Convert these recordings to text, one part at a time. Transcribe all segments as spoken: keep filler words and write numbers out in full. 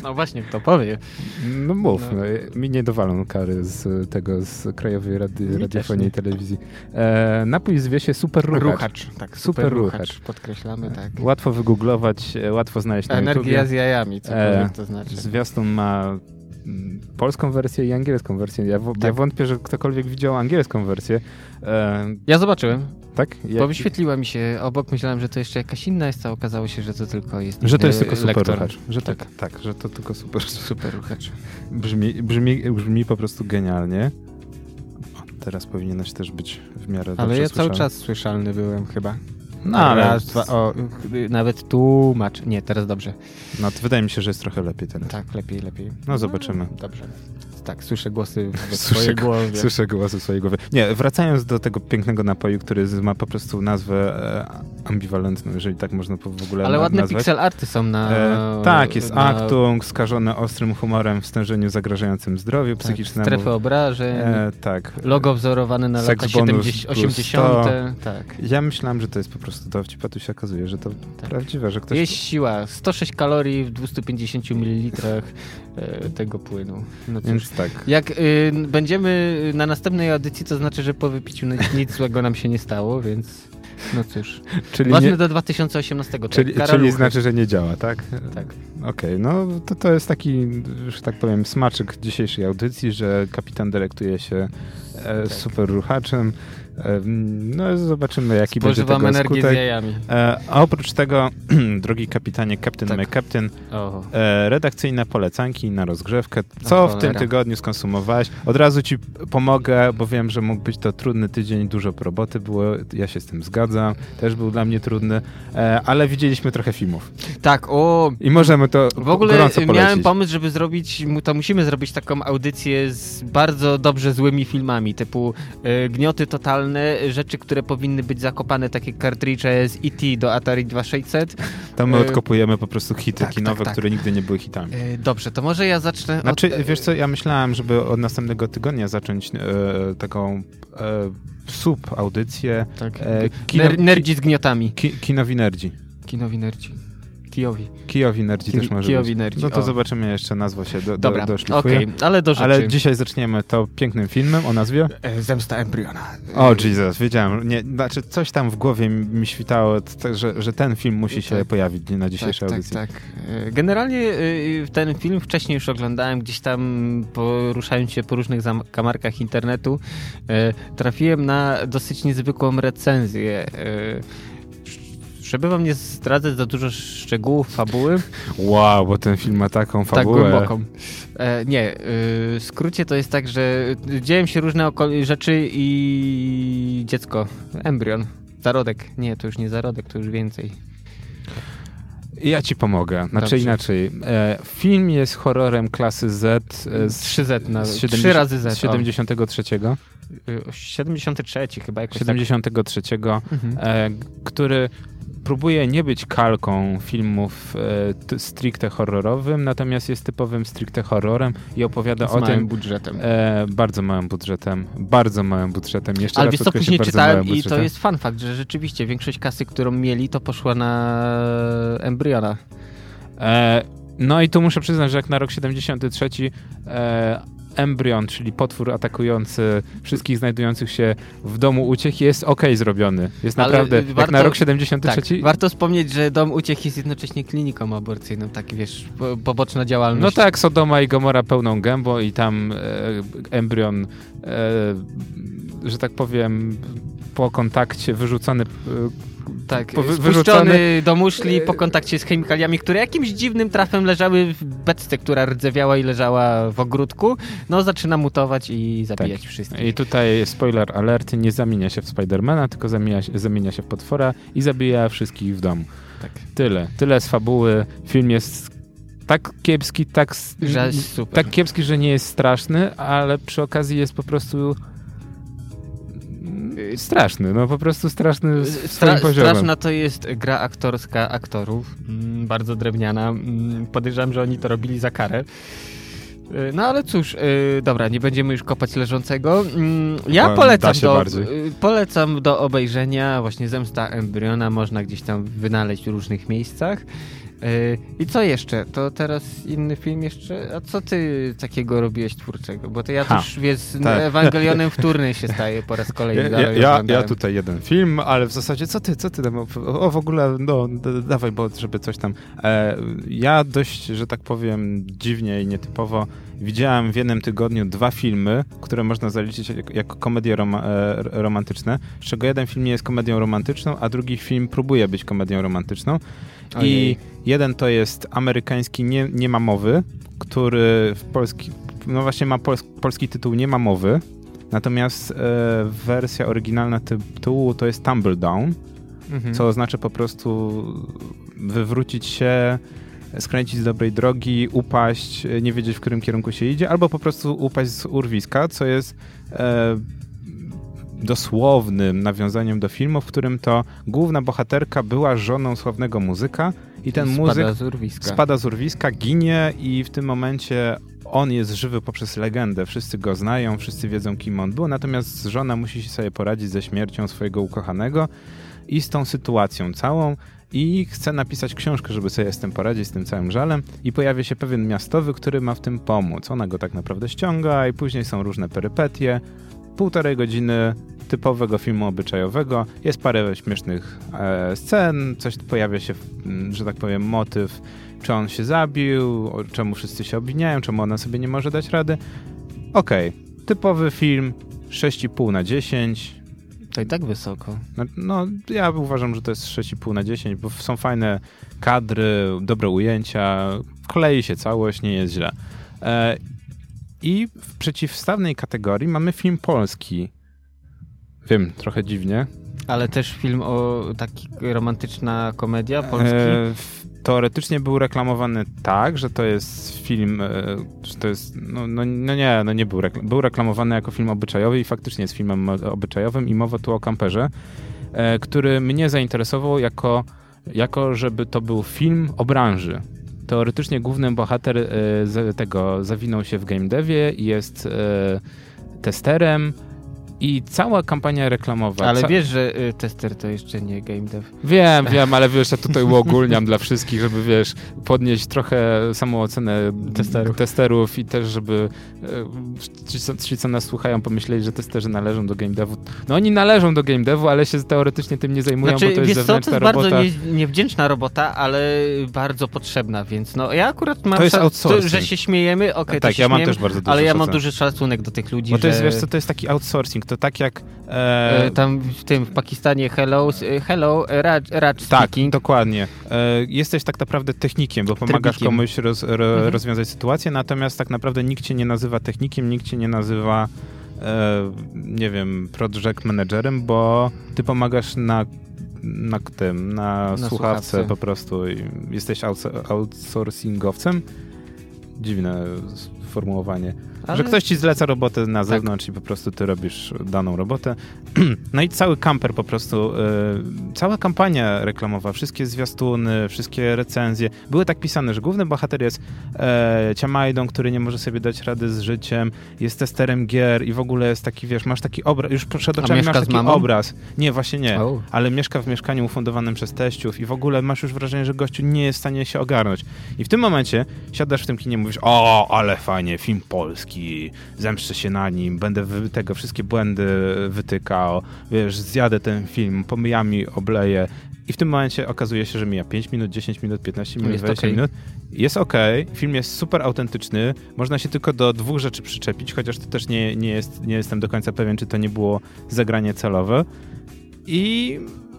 No właśnie, kto powie. No mów, No. no. mi nie dowalą kary z tego, z Krajowej Rady Mi Radiofonii i też nie. Telewizji. E, napój zwie się Super Ruchacz. Ruchacz, tak, super, Super ruchacz. ruchacz. Podkreślamy, tak. Łatwo wygooglować, e, łatwo znaleźć na Energia YouTubie. z jajami, cokolwiek to znaczy. Zwiastun ma mm, polską wersję i angielską wersję. Ja, w, ja Tak. wątpię, że ktokolwiek widział angielską wersję. E, Ja zobaczyłem, tak? Ja, bo wyświetliła mi się obok, myślałem, że to jeszcze jakaś inna jest, a okazało się, że to tylko jest że to jest e, tylko Super lektor. Ruchacz. Że Tak. tak. tak, że to tylko Super Super ruchacz. Brzmi, brzmi, brzmi po prostu genialnie. O, teraz powinieneś też być w miarę Ale dobrze ja cały słyszalny. czas słyszalny byłem chyba. No, ale Raz, dwa, o, y, nawet tłumacz. Nie, teraz dobrze. no, to wydaje mi się, że jest trochę lepiej teraz. Tak, lepiej, lepiej. No, zobaczymy. Dobrze. Tak, słyszę głosy w Słyszę swojej go- głowie. Słyszę głos w swojej głowie. Nie, wracając do tego pięknego napoju, który z- ma po prostu nazwę e, ambiwalentną, jeżeli tak można po- w ogóle Ale na, ładne nazwać. pixel arty są na... E, tak, jest na, Achtung, skażone ostrym humorem w stężeniu zagrażającym zdrowiu tak, psychicznemu. strefy obrażeń, E, tak. logo wzorowane na Sex lata bonus siedemdziesiąte, plus osiemdziesiąte. Tak. Ja myślałem, że to jest po prostu dowcip, a tu się okazuje, że to Tak. prawdziwe, że ktoś... Jest siła, sto sześć kalorii w dwieście pięćdziesiąt mililitrach e, tego płynu. No cóż. Więc tak. Jak y, będziemy na następnej audycji, to znaczy, że po wypiciu nic, nic złego nam się nie stało, więc no cóż. Czyli, Ważne nie, do dwa tysiące osiemnastego. Tak, czyli, Kara czyli ruchy. znaczy, że nie działa, tak? Tak. Okej, no to, to jest taki, że tak powiem, smaczek dzisiejszej audycji, że kapitan delektuje się e, Tak. super ruchaczem. E, no zobaczymy, jaki będzie Spożywam tego energię skutek. z jajami. E, a oprócz tego, drogi kapitanie, Captain Tak. my Captain, O. e, redakcyjne polecanki na rozgrzewkę. Co O, w tym cholera. tygodniu skonsumowałeś? Od razu ci pomogę, bo wiem, że mógł być to trudny tydzień, dużo roboty było, ja się z tym zgadzam, też był dla mnie trudny, e, ale widzieliśmy trochę filmów. Tak, o. I możemy to W ogóle gorąco polecić. miałem pomysł, żeby zrobić, mu- to musimy zrobić taką audycję z bardzo dobrze złymi filmami, typu e, gnioty totalne, rzeczy, które powinny być zakopane, takie kartridże z E T do Atari dwa tysiące sześćset. To my e, odkopujemy po prostu hity tak, kinowe, tak, tak. które nigdy nie były hitami. E, dobrze, to może ja zacznę Znaczy, od... wiesz co, ja myślałem, żeby od następnego tygodnia zacząć e, taką e, sub-audycję Tak. e, kino, Ner- nerdzi z gniotami. ki, Kinowi Nerdzi. Kinowi nerdzi. Kijowi. Kijowi Nerdzi Ki- też może Kijowi być. Nerdzi, No to o. zobaczymy, jeszcze nazwa się do, Dobra, do, doszlifuje. okej, ale do rzeczy. Ale dzisiaj zaczniemy to pięknym filmem o nazwie... E, Zemsta embriona. O Jesus, wiedziałem. Nie, znaczy coś tam w głowie mi świtało, t- że, że ten film musi się Tak. pojawić na dzisiejszej tak, audycji. Tak, tak. E, Generalnie e, ten film wcześniej już oglądałem, gdzieś tam poruszając się po różnych zakamarkach internetu, e, trafiłem na dosyć niezwykłą recenzję. E, Żeby wam nie zdradzać za dużo szczegółów fabuły, Wow, bo ten film ma taką tak fabułę. głęboką. E, nie, e, w skrócie to jest tak, że dzieją się różne oko- rzeczy i dziecko, embrion, zarodek. Nie, to już nie zarodek, to już więcej. Ja ci pomogę. Znaczy Dobrze. inaczej. E, film jest horrorem klasy Z e, z, trzy Z nawet, z trzy razy Z. z siedemdziesiątego trzeciego. O. siedemdziesiąty trzeci chyba jakoś siedemdziesiątego trzeciego, tak. Mhm. e, który próbuje nie być kalką filmów e, t- stricte horrorowym, natomiast jest typowym stricte horrorem i opowiada Z o małym tym budżetem. e, bardzo małym budżetem, bardzo małym budżetem. Jeszcze Ale raz wiesz co, podkreślę, później bardzo czytałem małym i to budżetem. jest fun fact, że rzeczywiście większość kasy, którą mieli, to poszła na embriona. E, no i tu muszę przyznać, że jak na rok siedemdziesiąty trzeci e, embrion, czyli potwór atakujący wszystkich znajdujących się w domu uciech jest okej zrobiony. Jest Ale naprawdę, jak warto- na rok siedemdziesiąty trzeci... Tak, warto wspomnieć, że Dom Uciech jest jednocześnie kliniką aborcyjną, tak wiesz, po, poboczna działalność. No tak, Sodoma i Gomora pełną gębą i tam e, embrion, e, że tak powiem, po kontakcie wyrzucony... E, Tak, po- wy- spuszczony wyrzucony- do muszli po kontakcie z chemikaliami, które jakimś dziwnym trafem leżały w beczce, która rdzewiała i leżała w ogródku. No zaczyna mutować i zabijać wszystkich. I tutaj spoiler alert, nie zamienia się w Spidermana, tylko zamienia się, zamienia się w potwora i zabija wszystkich w domu. Tak. Tyle. Tyle z fabuły. Film jest tak kiepski, tak, s- Że jest super. tak kiepski, że nie jest straszny, ale przy okazji jest po prostu straszny. No po prostu straszny swoim Stra- poziomem. straszna to jest gra aktorska aktorów, mm, bardzo drewniana. Mm, podejrzewam, że oni to robili za karę. Y, No ale cóż, y, dobra, nie będziemy już kopać leżącego. Mm, Ja Da polecam się do, bardziej. y, polecam do obejrzenia właśnie Zemsta Embriona, można gdzieś tam wynaleźć w różnych miejscach. I co jeszcze? To teraz inny film jeszcze? A co ty takiego robiłeś twórczego? Bo to ja ha, też wiesz, tak. Ewangelionem wtórny się staje po raz kolejny. Ja, ja, ja tutaj jeden film, ale w zasadzie co ty, co ty tam? O, w ogóle, no, dawaj, bo żeby coś tam... E, ja dość, że tak powiem, dziwnie i nietypowo widziałem w jednym tygodniu dwa filmy, które można zaliczyć jako, jako komedie rom- romantyczne, z czego jeden film nie jest komedią romantyczną, a drugi film próbuje być komedią romantyczną. Ojej. I jeden to jest amerykański Nie, nie ma mowy, który w polski, no właśnie ma pols, polski tytuł Nie ma mowy, natomiast e, wersja oryginalna tytułu to jest Tumble Down, mhm. co oznacza po prostu wywrócić się, skręcić z dobrej drogi, upaść, nie wiedzieć, w którym kierunku się idzie, albo po prostu upaść z urwiska, co jest e, dosłownym nawiązaniem do filmu, w którym to główna bohaterka była żoną sławnego muzyka i ten spada muzyk z urwiska. spada z urwiska, ginie i w tym momencie on jest żywy poprzez legendę. Wszyscy go znają, wszyscy wiedzą, kim on był, natomiast żona musi się sobie poradzić ze śmiercią swojego ukochanego i z tą sytuacją całą i chce napisać książkę, żeby sobie z tym poradzić, z tym całym żalem i pojawia się pewien miastowy, który ma w tym pomóc. Ona go tak naprawdę ściąga i później są różne perypetie. Półtorej godziny typowego filmu obyczajowego. Jest parę śmiesznych e, scen, coś pojawia się, że tak powiem, motyw, czy on się zabił, czemu wszyscy się obwiniają, czemu ona sobie nie może dać rady. Okej, okay. Typowy film, sześć i pół na dziesięć. To i tak wysoko. No, no, ja uważam, że to jest sześć i pół na dziesięć, bo są fajne kadry, dobre ujęcia, klei się całość, nie jest źle. E, I w przeciwstawnej kategorii mamy film polski. Wiem, trochę dziwnie. Ale też film o taki romantyczna komedia polski? E, teoretycznie był reklamowany tak, że to jest film, e, że to jest, no, no, no nie, no nie był, reklam, był reklamowany jako film obyczajowy i faktycznie jest filmem obyczajowym i mowa tu o kamperze, e, który mnie zainteresował jako, jako, żeby to był film o branży. Teoretycznie główny bohater e, z tego zawinął się w game devie i jest e, testerem i cała kampania reklamowa... Ale ca... wiesz, że y, tester to jeszcze nie game dev. Wiem, wiem, ale wiesz, ja tutaj uogólniam dla wszystkich, żeby wiesz, podnieść trochę samą ocenę testerów, testerów i też, żeby y, ci, co, ci, co nas słuchają, pomyśleli, że testerzy należą do game devu. No oni należą do game devu, ale się teoretycznie tym nie zajmują, znaczy, bo to jest zewnętrzna robota. To jest bardzo nie, niewdzięczna robota, ale bardzo potrzebna, więc no ja akurat mam... To jest outsourcing. To, że się śmiejemy, okej, okay, tak, ja mam śmiejemy, też bardzo duży ale ja szacunek. mam duży szacunek do tych ludzi, bo to jest, że... wiesz co, to jest taki outsourcing. To tak jak... E... E, tam w tym, w Pakistanie hello, hello, Raj, Raj Tak, speaking. dokładnie. E, jesteś tak naprawdę technikiem, bo pomagasz Trybikiem. komuś roz, ro, mhm. rozwiązać sytuację, natomiast tak naprawdę nikt cię nie nazywa technikiem, nikt cię nie nazywa e, nie wiem, project managerem, bo ty pomagasz na, na tym, na, na słuchawce, słuchawce po prostu. I jesteś outsourcingowcem. Dziwne sformułowanie. Ale... Że ktoś ci zleca robotę na zewnątrz tak. I po prostu ty robisz daną robotę. No i cały kamper po prostu, yy, cała kampania reklamowa, wszystkie zwiastuny, wszystkie recenzje, były tak pisane, że główny bohater jest e, ciamajdą, który nie może sobie dać rady z życiem, jest testerem gier i w ogóle jest taki, wiesz, masz taki obraz, już przed oczami masz taki obraz. Nie, właśnie nie, oh. ale mieszka w mieszkaniu ufundowanym przez teściów i w ogóle masz już wrażenie, że gościu nie jest w stanie się ogarnąć. I w tym momencie siadasz w tym kinie i mówisz, o, ale fajnie, film polski, zemszczę się na nim, będę wy- tego, wszystkie błędy wytykał, wiesz, zjadę ten film, pomyjami obleję i w tym momencie okazuje się, że mija pięć minut, dziesięć minut, piętnaście minut, jest dwadzieścia okay. minut. Jest okej, okay. Film jest super autentyczny, można się tylko do dwóch rzeczy przyczepić, chociaż to też nie, nie, jest, nie jestem do końca pewien, czy to nie było zagranie celowe. I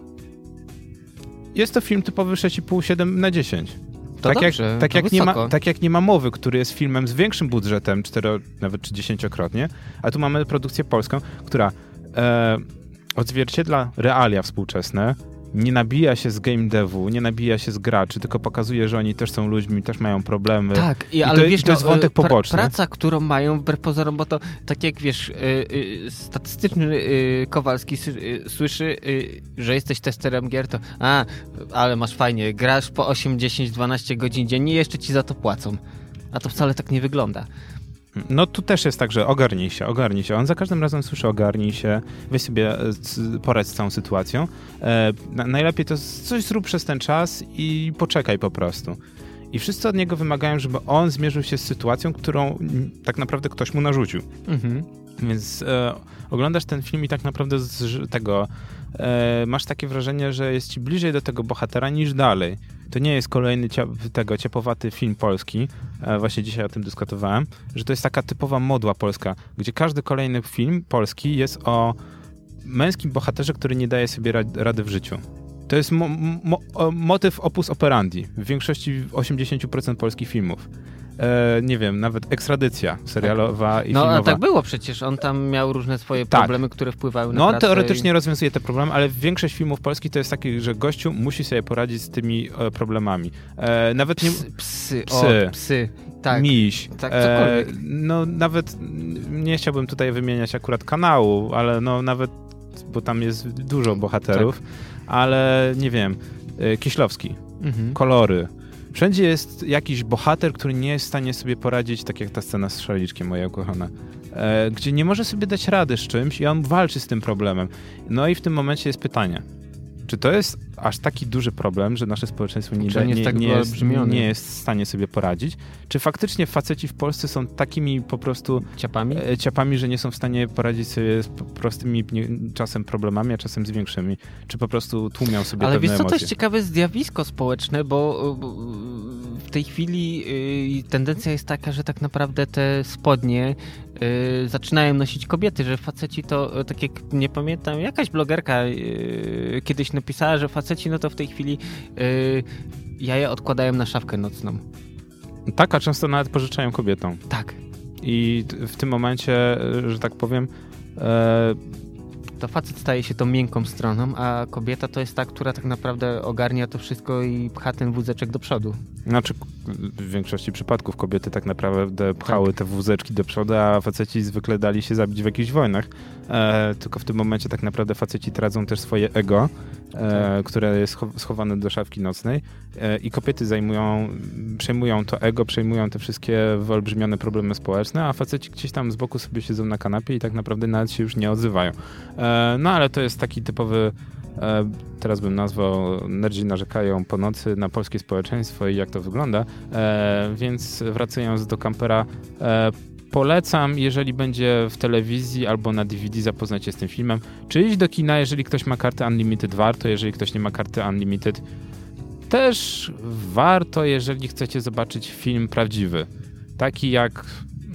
jest to film typowy sześć i pół siedem na dziesięć. To tak, dobrze, jak, tak, to jak nie ma, tak jak nie ma mowy, który jest filmem z większym budżetem, cztero, nawet czy dziesięciokrotnie, a tu mamy produkcję polską, która e, odzwierciedla realia współczesne, nie nabija się z game devu, nie nabija się z graczy, tylko pokazuje, że oni też są ludźmi, też mają problemy. Tak, i, I ale to, wiesz, i to jest no, wątek poboczny. Praca, którą mają wbrew pozorom, bo to tak jak wiesz, yy, yy, statystyczny yy, Kowalski yy, słyszy, yy, że jesteś testerem gier, to a, ale masz fajnie, grasz po osiem, dziesięć, dwanaście godzin dziennie i jeszcze ci za to płacą. A to wcale tak nie wygląda. No tu też jest tak, że ogarnij się, ogarnij się. On za każdym razem słyszy ogarnij się, weź sobie poradź z całą sytuacją. E, na, najlepiej to coś zrób przez ten czas i poczekaj po prostu. I wszyscy od niego wymagają, żeby on zmierzył się z sytuacją, którą tak naprawdę ktoś mu narzucił. Mhm. Więc e, oglądasz ten film i tak naprawdę z tego e, masz takie wrażenie, że jest ci bliżej do tego bohatera niż dalej. To nie jest kolejny cia- tego ciapowaty film polski, e, właśnie dzisiaj o tym dyskutowałem, że to jest taka typowa modła polska, gdzie każdy kolejny film polski jest o męskim bohaterze, który nie daje sobie rad- rady w życiu. To jest mo- mo- motyw opus operandi w większości osiemdziesiąt procent polskich filmów. E, nie wiem, nawet ekstradycja serialowa tak. i no, filmowa. No tak było przecież, on tam miał różne swoje tak. problemy, które wpływały na No pracę. on teoretycznie i... rozwiązuje te problemy, ale większość filmów polskich to jest taki, że gościu musi sobie poradzić z tymi e, problemami. E, nawet nie... Psy, psy, psy, o, psy. Tak. miś. Tak, cokolwiek. E, no nawet nie chciałbym tutaj wymieniać akurat kanału, ale no nawet, bo tam jest dużo bohaterów, tak. ale nie wiem, e, Kieślowski, mhm. kolory. Wszędzie jest jakiś bohater, który nie jest w stanie sobie poradzić, tak jak ta scena z szaliczkiem, moja ukochana, e, gdzie nie może sobie dać rady z czymś i on walczy z tym problemem. No i w tym momencie jest pytanie, czy to jest aż taki duży problem, że nasze społeczeństwo nie, da, nie, nie, tak nie, jest, nie jest w stanie sobie poradzić? Czy faktycznie faceci w Polsce są takimi po prostu ciapami, e, ciapami że nie są w stanie poradzić sobie z prostymi nie, czasem problemami, a czasem z większymi? Czy po prostu tłumią sobie Ale pewne wiesz co, emocje? to jest ciekawe zjawisko społeczne, bo w tej chwili y, tendencja jest taka, że tak naprawdę te spodnie y, zaczynają nosić kobiety, że faceci to, tak jak nie pamiętam, jakaś blogerka y, kiedyś napisała, że faceci no to w tej chwili y, jaja odkładają na szafkę nocną. Tak, a często nawet pożyczają kobietom. Tak. I w tym momencie, że tak powiem... E... To facet staje się tą miękką stroną, a kobieta to jest ta, która tak naprawdę ogarnia to wszystko i pcha ten wózeczek do przodu. Znaczy, w większości przypadków kobiety tak naprawdę pchały tak. te wózeczki do przodu, a faceci zwykle dali się zabić w jakichś wojnach. E, tylko w tym momencie tak naprawdę faceci tracą też swoje ego, e, tak. które jest schowane do szafki nocnej e, i kobiety zajmują, przejmują to ego, przejmują te wszystkie wyolbrzymione problemy społeczne, a faceci gdzieś tam z boku sobie siedzą na kanapie i tak naprawdę nawet się już nie odzywają. E, no ale to jest taki typowy, e, teraz bym nazwał, nerdzi narzekają po nocy na polskie społeczeństwo i jak to wygląda, e, więc wracając do Kampera, e, polecam, jeżeli będzie w telewizji albo na D V D zapoznać się z tym filmem, czy iść do kina, jeżeli ktoś ma kartę Unlimited, warto, jeżeli ktoś nie ma karty Unlimited, też warto, jeżeli chcecie zobaczyć film prawdziwy, taki jak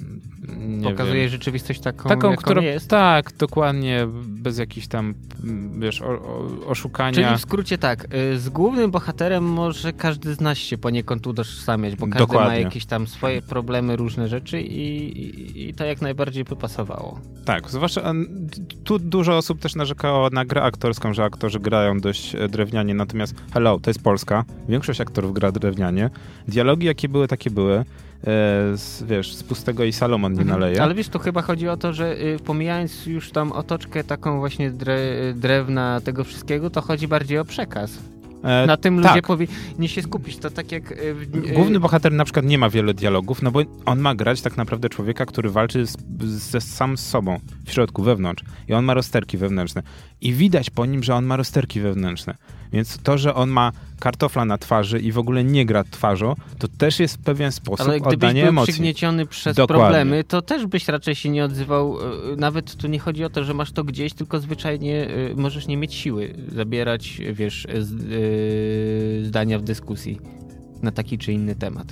nie pokazuje wiem, rzeczywistość taką, taką jaką która, jest. Tak, dokładnie, bez jakichś tam, wiesz, o, o, oszukania. Czyli w skrócie tak, z głównym bohaterem może każdy z nas się poniekąd utożsamiać, bo każdy Dokładnie. ma jakieś tam swoje problemy, różne rzeczy i, i, i to jak najbardziej by pasowało. Tak, zwłaszcza tu dużo osób też narzekało na grę aktorską, że aktorzy grają dość drewnianie, natomiast hello, to jest Polska, większość aktorów gra drewnianie, dialogi jakie były, takie były. Z, wiesz, z pustego i Salomon nie naleje. Ale wiesz, to chyba chodzi o to, że y, pomijając już tam otoczkę taką właśnie dre, drewna tego wszystkiego, to chodzi bardziej o przekaz. E, na tym tak. Ludzie powinni się skupić. To tak jak... Y, y, Główny bohater na przykład nie ma wiele dialogów, no bo on ma grać tak naprawdę człowieka, który walczy z, z, sam z sobą, w środku, wewnątrz. I on ma rozterki wewnętrzne. I widać po nim, że on ma rozterki wewnętrzne. Więc to, że on ma kartofla na twarzy i w ogóle nie gra twarzą, to też jest w pewien sposób ale oddanie gdybyś był emocji. przygnieciony przez Dokładnie. problemy, to też byś raczej się nie odzywał. Nawet tu nie chodzi o to, że masz to gdzieś, tylko zwyczajnie możesz nie mieć siły zabierać, wiesz, z, yy, zdania w dyskusji na taki czy inny temat.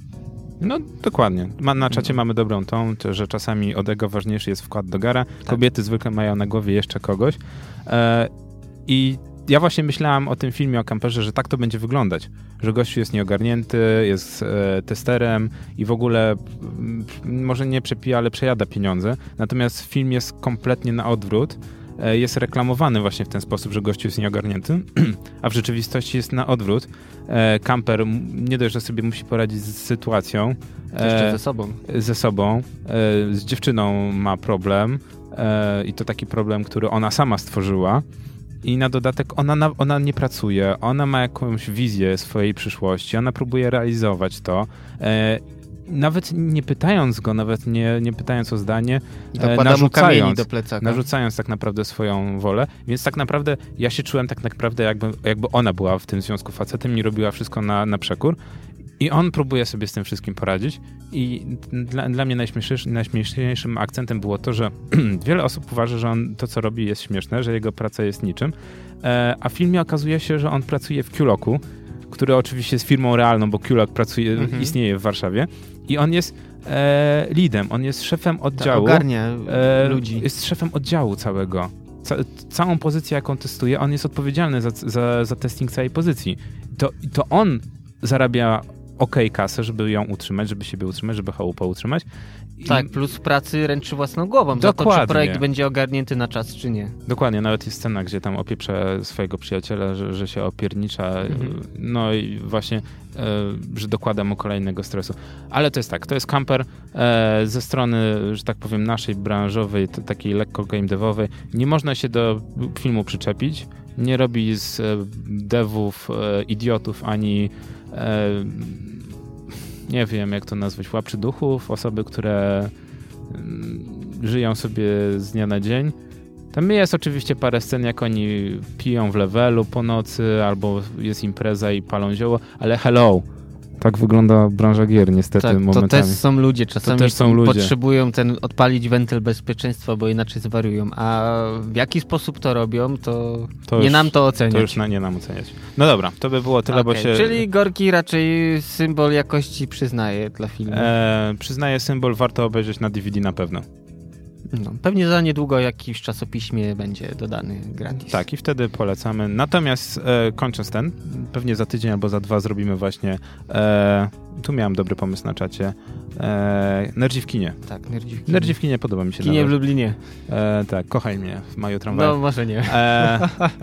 No dokładnie. Ma, na czacie no. mamy dobrą tą, że czasami od ego ważniejszy jest wkład do gara. Tak. Kobiety zwykle mają na głowie jeszcze kogoś. E, I ja właśnie myślałem o tym filmie o kamperze, że tak to będzie wyglądać. Że gościu jest nieogarnięty, jest e, testerem i w ogóle m, może nie przepija, ale przejada pieniądze. Natomiast film jest kompletnie na odwrót. E, jest reklamowany właśnie w ten sposób, że gościu jest nieogarnięty, a w rzeczywistości jest na odwrót. E, kamper nie dość, że sobie musi poradzić z sytuacją. E, Jeszcze ze sobą. Ze sobą. E, z dziewczyną ma problem e, i to taki problem, który ona sama stworzyła. I na dodatek ona, na, ona nie pracuje, ona ma jakąś wizję swojej przyszłości, ona próbuje realizować to. E, nawet nie pytając go, nawet nie, nie pytając o zdanie, Dokłada narzucając, do plecaka. narzucając tak naprawdę swoją wolę. Więc tak naprawdę ja się czułem tak naprawdę jakby, jakby ona była w tym związku facetem i robiła wszystko na, na przekór. I on próbuje sobie z tym wszystkim poradzić i dla, dla mnie najśmieszniejszym, najśmieszniejszym akcentem było to, że wiele osób uważa, że on to, co robi, jest śmieszne, że jego praca jest niczym, e, a w filmie okazuje się, że on pracuje w Q-Locku, który oczywiście jest firmą realną, bo Q-Lock pracuje, mhm. istnieje w Warszawie i on jest e, leadem, on jest szefem oddziału. Ta ogarnia e, ludzi. Jest szefem oddziału całego. Ca, całą pozycję, jaką testuje, on jest odpowiedzialny za, za, za testing całej pozycji. To, to on zarabia okej okay, kasę, żeby ją utrzymać, żeby siebie utrzymać, żeby chałupę utrzymać. I... Tak, plus pracy ręczy własną głową. Dokładnie. Za to, czy projekt będzie ogarnięty na czas, czy nie. Dokładnie, nawet jest scena, gdzie tam opieprze swojego przyjaciela, że, że się opiernicza, mhm. no i właśnie, e, że dokłada mu kolejnego stresu. Ale to jest tak, to jest kamper e, ze strony, że tak powiem, naszej branżowej, t- takiej lekko game devowej. Nie można się do filmu przyczepić, nie robi z e, devów e, idiotów, ani e, nie wiem, jak to nazwać, łapczy duchów, osoby, które mm, żyją sobie z dnia na dzień. Tam jest oczywiście parę scen, jak oni piją w levelu po nocy, albo jest impreza i palą zioło, ale hello! Tak wygląda branża gier niestety tak, momentami. To też są ludzie, czasami to też są ludzie. Potrzebują ten odpalić wentyl bezpieczeństwa, bo inaczej zwariują. A w jaki sposób to robią, to, to nie już, nam to oceniać. To już na, nie nam oceniać. No dobra, to by było tyle, okay, bo się... Czyli Gorki raczej symbol jakości przyznaje dla filmu. E, przyznaje symbol, warto obejrzeć na D V D na pewno. No, pewnie za niedługo jakiś czasopiśmie będzie dodany gratis. Tak, i wtedy polecamy. Natomiast e, kończąc ten, pewnie za tydzień albo za dwa zrobimy właśnie, e, tu miałem dobry pomysł na czacie, e, Nerdzi w kinie. Tak, Nerdzi w kinie. Nerdzi w kinie podoba mi się. Kinie nawet. w Lublinie. E, tak, kochaj mnie w maju tramwaju. No, może nie. E,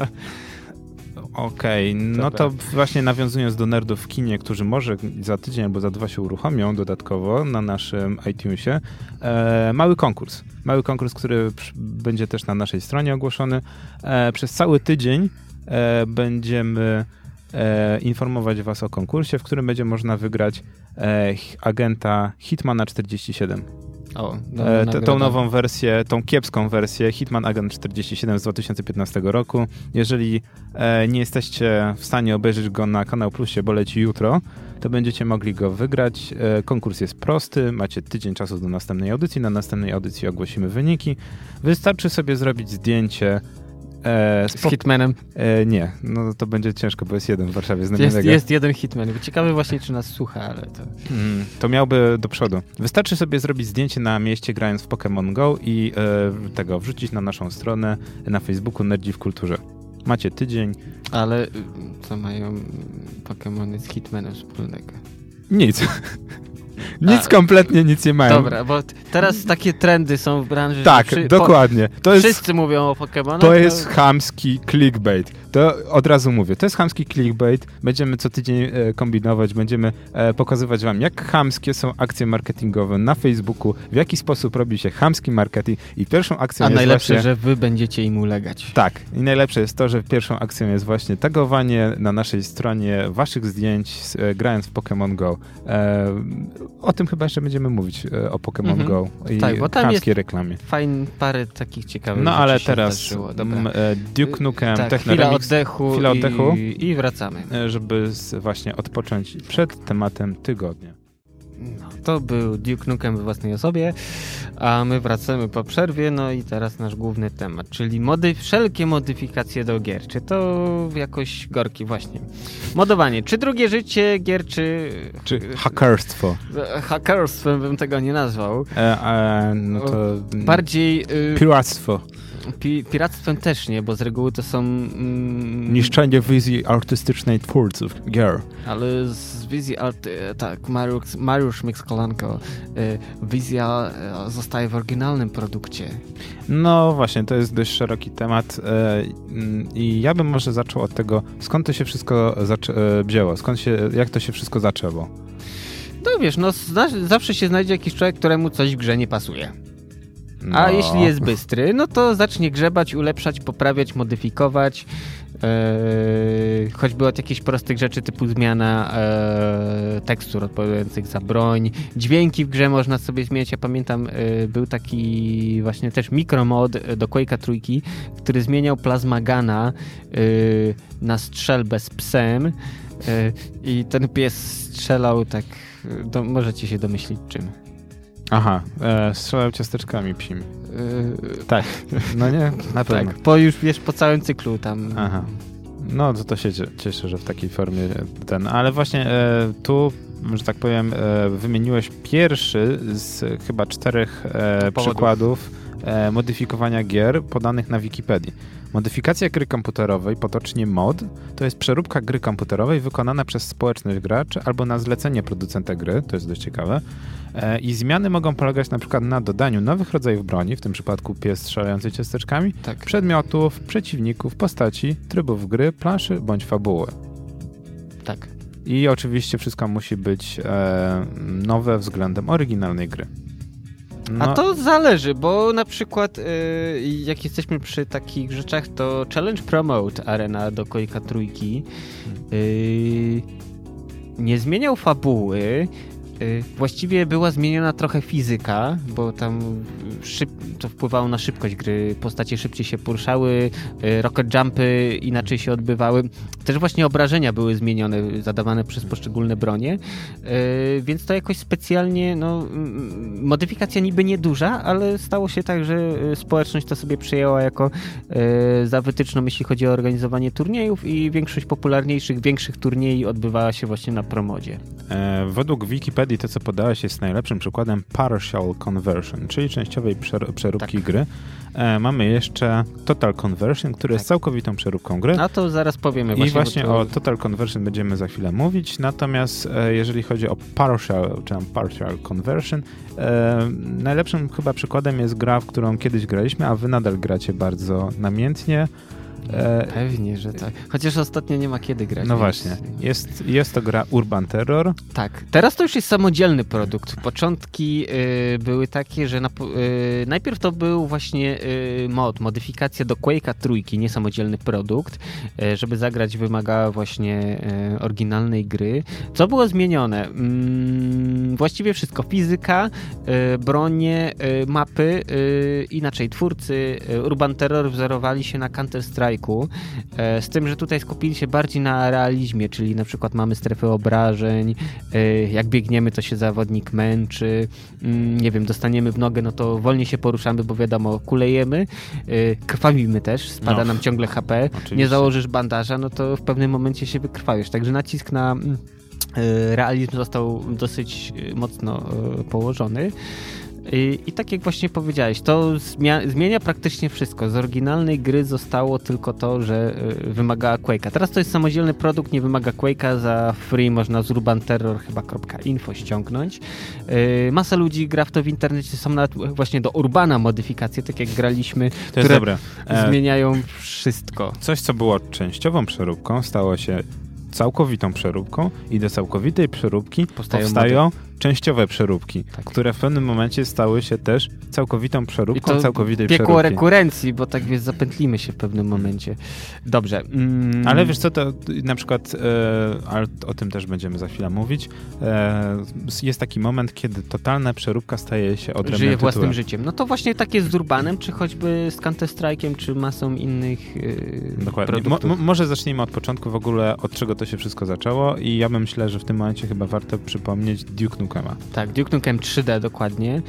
Okej, okay. no to właśnie nawiązując do nerdów w kinie, którzy może za tydzień albo za dwa się uruchomią dodatkowo na naszym iTunesie, e, mały konkurs. Mały konkurs, który przy, będzie też na naszej stronie ogłoszony. E, przez cały tydzień e, będziemy e, informować was o konkursie, w którym będzie można wygrać e, agenta Hitmana czterdzieści siedem. O, e, t- tą nową wersję, tą kiepską wersję Hitman Agent czterdzieści siedem z dwa tysiące piętnastego roku. Jeżeli e, nie jesteście w stanie obejrzeć go na Kanał Plusie, bo leci jutro, to będziecie mogli go wygrać. E, konkurs jest prosty, macie tydzień czasu do następnej audycji. Na następnej audycji ogłosimy wyniki. Wystarczy sobie zrobić zdjęcie E, z spo... Hitmanem? E, nie, no to będzie ciężko, bo jest jeden w Warszawie znamionego. Jest, jest jeden Hitman. Ciekawe właśnie, czy nas słucha, ale to... Mm, to miałby do przodu. Wystarczy sobie zrobić zdjęcie na mieście, grając w Pokémon Go i e, tego wrzucić na naszą stronę na Facebooku Nerdzi w Kulturze. Macie tydzień. Ale co mają Pokémony z Hitmanem wspólnego? Nic. Nic A, kompletnie nic nie mają. Dobra, bo t- teraz takie trendy są w branży. Tak, przy, dokładnie. To jest, wszyscy mówią o Pokemonach. To jest to... chamski clickbait. To od razu mówię. To jest chamski clickbait. Będziemy co tydzień e, kombinować, będziemy e, pokazywać wam, jak chamskie są akcje marketingowe na Facebooku, w jaki sposób robi się chamski marketing i pierwszą akcją A jest najlepsze, właśnie... że wy będziecie im ulegać. Tak. I najlepsze jest to, że pierwszą akcją jest właśnie tagowanie na naszej stronie waszych zdjęć e, grając w Pokémon Go. E, o tym chyba jeszcze będziemy mówić e, o Pokémon mhm. Go i tak, bo tam chamskiej jest reklamie. Fajn, parę takich ciekawych No rzeczy ale się teraz m, e, Duke Nukem, tak, Techno chwila Remix, oddechu, chwila oddechu i, i wracamy. Żeby z, właśnie odpocząć przed tematem tygodnia. No, to był Duke Nukem we własnej osobie, a my wracamy po przerwie, no i teraz nasz główny temat, czyli mody, wszelkie modyfikacje do gier. Czy to jakoś Gorki właśnie. Modowanie. Czy drugie życie gier, czy... Czy hackerstwo. Hackerstwem bym tego nie nazwał. E, e, no to... Bardziej... Y- piractwo. Pi- piractwem też nie, bo z reguły to są... Mm, niszczenie wizji artystycznej twórców gier. Ale z wizji art... Tak, Mariusz, Mariusz Mixkolanko, y, wizja y, zostaje w oryginalnym produkcie. No właśnie, to jest dość szeroki temat y, i ja bym może zaczął od tego, skąd to się wszystko zaczę- wzięło, skąd się, jak to się wszystko zaczęło. No wiesz, no zna- zawsze się znajdzie jakiś człowiek, któremu coś w grze nie pasuje. A no. jeśli jest bystry, no to zacznie grzebać, ulepszać, poprawiać, modyfikować. Yy, choćby od jakichś prostych rzeczy typu zmiana yy, tekstur odpowiadających za broń, dźwięki w grze można sobie zmieniać. Ja pamiętam, yy, był taki właśnie też mikromod do Quake'a trójki, który zmieniał Plazmagana yy, na strzelbę z psem yy, i ten pies strzelał tak, do, możecie się domyślić czym. Aha, e, strzelał ciasteczkami psimi. Yy, tak, no nie? Na pewno. Tak, po już wiesz, po całym cyklu tam. Aha. No to, to się cieszę, że w takiej formie ten, ale właśnie e, tu, że tak powiem, e, wymieniłeś pierwszy z chyba czterech e, przykładów e, modyfikowania gier podanych na Wikipedii. Modyfikacja gry komputerowej, potocznie mod, to jest przeróbka gry komputerowej wykonana przez społeczność graczy albo na zlecenie producenta gry, to jest dość ciekawe. E, I zmiany mogą polegać na przykład na dodaniu nowych rodzajów broni, w tym przypadku pies strzelający ciasteczkami, tak. przedmiotów, przeciwników, postaci, trybów gry, planszy bądź fabuły. Tak. I oczywiście wszystko musi być e, nowe względem oryginalnej gry. No. A to zależy, bo na przykład yy, jak jesteśmy przy takich rzeczach, to Challenge Promote Arena do Quake'a trójki yy, nie zmieniał fabuły. Yy, właściwie była zmieniona trochę fizyka, bo tam szyb, to wpływało na szybkość gry. Postacie szybciej się poruszały, yy, rocket jumpy inaczej się odbywały. Też właśnie obrażenia były zmienione, zadawane przez poszczególne bronie, yy, więc to jakoś specjalnie, no, modyfikacja niby nieduża, ale stało się tak, że społeczność to sobie przyjęła jako yy, za wytyczną, jeśli chodzi o organizowanie turniejów i większość popularniejszych, większych turniejów odbywała się właśnie na promodzie. E, według Wikipedii to, co podałeś, jest najlepszym przykładem partial conversion, czyli częściowej przer- przeróbki tak. gry. E, mamy jeszcze Total Conversion, który tak. jest całkowitą przeróbką gry. A to zaraz powiemy. Właśnie, I właśnie to... o Total Conversion będziemy za chwilę mówić, natomiast e, jeżeli chodzi o partial, czy tam partial conversion, e, najlepszym chyba przykładem jest gra, w którą kiedyś graliśmy, a wy nadal gracie bardzo namiętnie. E, Pewnie, że tak. Chociaż ostatnio nie ma kiedy grać. No więc... właśnie. Jest, jest to gra Urban Terror. Tak. Teraz to już jest samodzielny produkt. Początki y, były takie, że na, y, najpierw to był właśnie y, mod, modyfikacja do Quake'a trójki, niesamodzielny produkt. Y, żeby zagrać wymagała właśnie y, oryginalnej gry. Co było zmienione? Mm, właściwie wszystko. Fizyka, y, bronie, y, mapy, y, inaczej twórcy y, Urban Terror wzorowali się na Counter-Strike. Z tym, że tutaj skupili się bardziej na realizmie, czyli na przykład mamy strefę obrażeń, jak biegniemy, to się zawodnik męczy, nie wiem, dostaniemy w nogę, no to wolniej się poruszamy, bo wiadomo, kulejemy, krwawimy też, spada no, nam ciągle H P, oczywiście. Nie założysz bandaża, no to w pewnym momencie się wykrwawisz, także nacisk na realizm został dosyć mocno położony. I, I tak jak właśnie powiedziałeś, to zmia- zmienia praktycznie wszystko. Z oryginalnej gry zostało tylko to, że y, wymagała Quake'a. Teraz to jest samodzielny produkt, nie wymaga Quake'a, za free można z Urban Terror chyba .info ściągnąć. Y, masa ludzi gra w to w internecie, są nawet właśnie do Urbana modyfikacje, tak jak graliśmy, to jest dobre. E, zmieniają wszystko. Coś, co było częściową przeróbką, stało się całkowitą przeróbką i do całkowitej przeróbki powstają, powstają częściowe przeróbki, tak. które w pewnym momencie stały się też całkowitą przeróbką I to całkowitej piekło przeróbki. rekurencji, bo tak wiesz, zapętlimy się w pewnym momencie. Dobrze. Mm. Ale wiesz co, to na przykład, e, ale o tym też będziemy za chwilę mówić, e, jest taki moment, kiedy totalna przeróbka staje się odrębnym Żyje tytułem. własnym życiem. No to właśnie tak jest z Urbanem, czy choćby z Counter-Strike'iem, czy masą innych e, Dokładnie. produktów. Mo, może zacznijmy od początku w ogóle, od czego to się wszystko zaczęło i ja bym myślę, że w tym momencie chyba warto przypomnieć Duke Nukema. Tak, Duke Nukem trzy D dokładnie.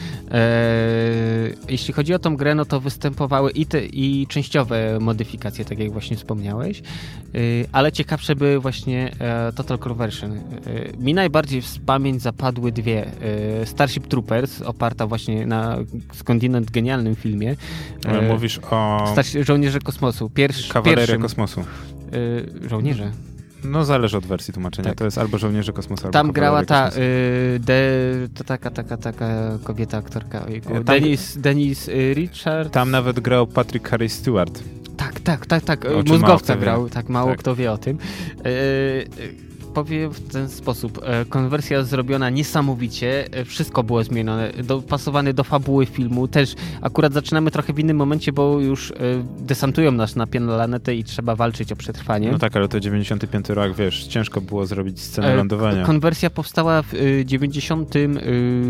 Eee, jeśli chodzi o tą grę, no to występowały i, te, i częściowe modyfikacje, tak jak właśnie wspomniałeś, eee, ale ciekawsze były właśnie e, Total Conversion. Eee, mi najbardziej w pamięć zapadły dwie. Eee, Starship Troopers, oparta właśnie na skądinąd genialnym filmie. Eee, Mówisz o... Starsi, Żołnierze Kosmosu. Pierwszy, Kawaleria pierwszym, Kosmosu. Eee, żołnierze. No zależy od wersji tłumaczenia. Tak. To jest albo Żołnierze Kosmosu, albo tam grała ta, y, de, to taka, taka, taka kobieta, aktorka. Tam, Denis, Denis y, Richard. Tam nawet grał Patrick Harris Stewart. Tak, tak, tak, tak. Mózgowca grał, tak mało tak. kto wie o tym. Yy, powiem w ten sposób. Konwersja zrobiona niesamowicie, wszystko było zmienione, dopasowane do fabuły filmu. Też akurat zaczynamy trochę w innym momencie, bo już desantują nas na planetę i trzeba walczyć o przetrwanie. No tak, ale to dziewięćdziesiąty piąty rok, wiesz, ciężko było zrobić scenę lądowania. Konwersja powstała w dziewięćdziesiątym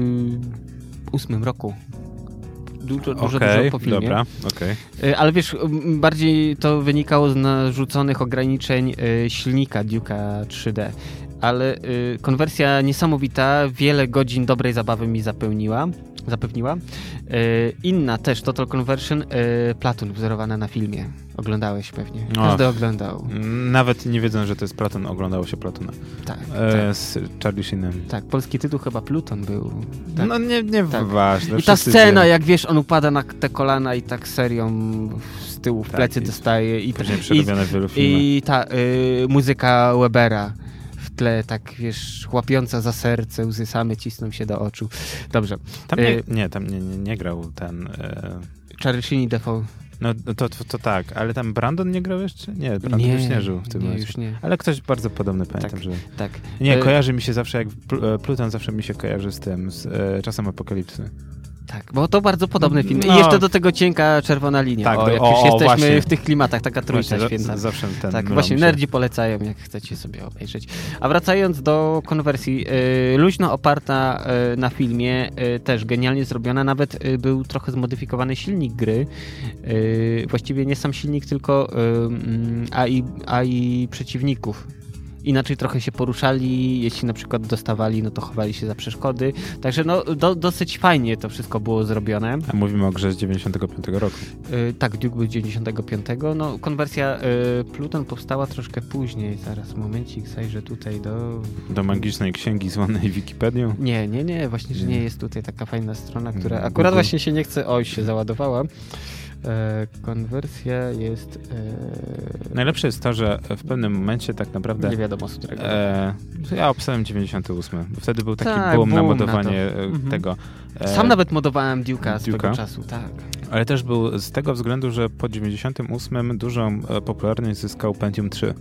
ósmym roku. Dużo, dużo, okay, dużo po filmie. Dobra, okej. Okay. Ale wiesz, bardziej to wynikało z narzuconych ograniczeń silnika Duke'a trzy D. Ale konwersja niesamowita, wiele godzin dobrej zabawy mi zapełniła, zapewniła. Inna też, Total Conversion, Platoon, wzorowana na filmie. Oglądałeś pewnie. Każdy o, oglądał. Nawet nie wiedząc, że to jest Platon, oglądało się Platona. Tak. E, tak. Z Charlie Sheenem. Tak, polski tytuł chyba Pluton był. Tak. No nie, nie tak. ważne. I ta scena, jak wiesz, on upada na te kolana i tak serią z tyłu w plecy tak, dostaje. I, później przerobione w wielu filmach. I ta y, muzyka Webera w tle, tak wiesz, łapiąca za serce, łzy same cisną się do oczu. Dobrze. Tam nie, nie tam nie, nie, nie grał ten... Y... Charlie Sheen i Defoe. No to, to, to tak, ale tam Brandon nie grał jeszcze? Nie, Brandon nie, już nie żył w tym nie, momencie. Już nie. Ale ktoś bardzo podobny, pamiętam, tak, że... Tak. Nie, kojarzy mi się zawsze, jak Pluton zawsze mi się kojarzy z tym, z e, Czasem Apokalipsy. Tak, bo to bardzo podobny film. No. I jeszcze do tego cienka czerwona linia. Tak, o, do, jak o, już o, jesteśmy właśnie. w tych klimatach, taka trójka właśnie, święta. Z, zawsze ten tak, właśnie się. nerdzi polecają, jak chcecie sobie obejrzeć. A wracając do konwersji, y, luźno oparta y, na filmie, y, też genialnie zrobiona, nawet y, był trochę zmodyfikowany silnik gry. Y, właściwie nie sam silnik, tylko y, A I, A I przeciwników. Inaczej trochę się poruszali, jeśli na przykład dostawali, no to chowali się za przeszkody. Także no do, dosyć fajnie to wszystko było zrobione. A mówimy o grze z dziewięćdziesiątego piątego roku. Yy, tak, Duke był z dziewięćdziesiątego piątego. No konwersja yy, Pluton powstała troszkę później. Zaraz, momencik, zajrzę tutaj do... Do magicznej księgi zwanej Wikipedią? Nie, nie, nie, właśnie, że nie jest tutaj taka fajna strona, która Google. akurat właśnie się nie chce... Oj, się załadowała. E, konwersja jest... E... Najlepsze jest to, że w pewnym momencie tak naprawdę... Nie wiadomo, z którego. E, ja opisałem dziewięćdziesiąty ósmy, bo wtedy był taki tak, boom, boom na modowanie na mhm. tego. E, Sam nawet modowałem Duke'a swego czasu, tak. Ale też był z tego względu, że po dziewięćdziesiątym ósmym dużą popularność zyskał Pentium trzy.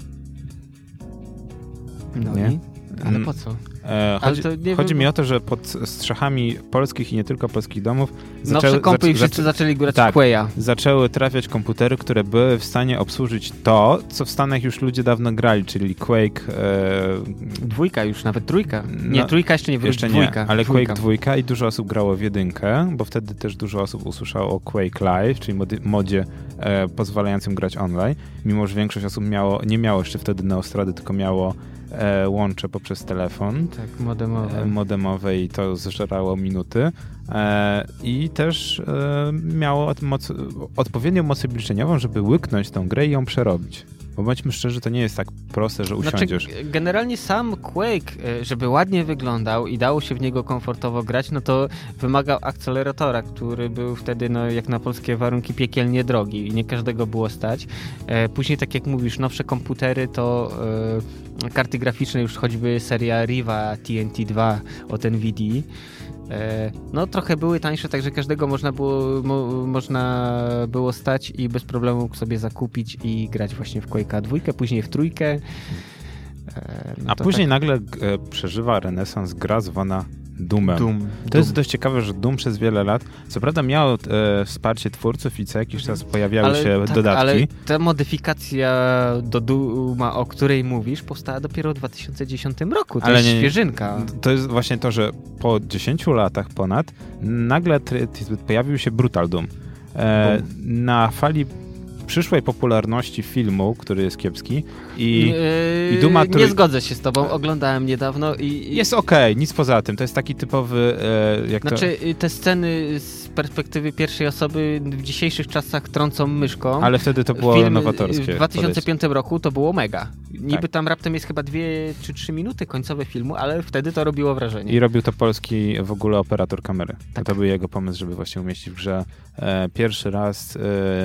No nie? I? Ale po co? E, chodzi chodzi wiem, mi o to, że pod strzechami polskich i nie tylko polskich domów zaczęły, nowsze kompy i wszyscy zaczę zaczęli grać tak, w Quake'a. Zaczęły trafiać komputery, które były w stanie obsłużyć to, co w Stanach już ludzie dawno grali, czyli Quake... E... Dwójka już, nawet trójka. Nie, no, trójka jeszcze nie było, jeszcze dwójka. Nie, ale dwójka. Quake dwójka i dużo osób grało w jedynkę, bo wtedy też dużo osób usłyszało o Quake Live, czyli mody, modzie e, pozwalającym grać online, mimo że większość osób miało, nie miało jeszcze wtedy Neostrady, tylko miało E, łącze poprzez telefon. Tak, modemowe. E, modemowe i to zżerało minuty. E, I też e, miało moc, odpowiednią moc obliczeniową, żeby łyknąć tą grę i ją przerobić. Bo bądźmy szczerzy, to nie jest tak proste, że usiądziesz. Znaczy, generalnie sam Quake, żeby ładnie wyglądał i dało się w niego komfortowo grać, no to wymagał akceleratora, który był wtedy, no jak na polskie warunki, piekielnie drogi i nie każdego było stać. Później, tak jak mówisz, nowsze komputery to e, karty graficzne, już choćby seria Riva T N T dwa od Nvidii. No trochę były tańsze, także każdego można było, mo, można było stać i bez problemu sobie zakupić i grać właśnie w Quake'a dwójkę, później w trójkę. No A później tak... nagle e, przeżywa renesans gra zwana Doomem. Doom. To Doom. jest dość ciekawe, że Doom przez wiele lat, co prawda miał e, wsparcie twórców i co jakiś czas pojawiały ale, się tak, dodatki. Ale ta modyfikacja do Dooma, o której mówisz, powstała dopiero w dwa tysiące dziesiątym roku. To ale jest nie, świeżynka. To jest właśnie to, że po dziesięciu latach ponad nagle pojawił się Brutal Doom. E, na fali przyszłej popularności filmu, który jest kiepski i, yy, i Duma, który... Nie zgodzę się z tobą, oglądałem niedawno i... Jest okej, okay, nic poza tym, to jest taki typowy... E, jak znaczy to... te sceny z perspektywy pierwszej osoby w dzisiejszych czasach trącą myszką. Ale wtedy to było Film nowatorskie. W dwa tysiące piątym roku to było mega. Niby tak. tam raptem jest chyba dwie czy trzy minuty końcowe filmu, ale wtedy to robiło wrażenie. I robił to polski w ogóle operator kamery. Tak. To był jego pomysł, żeby właśnie umieścić w grze e, pierwszy raz e,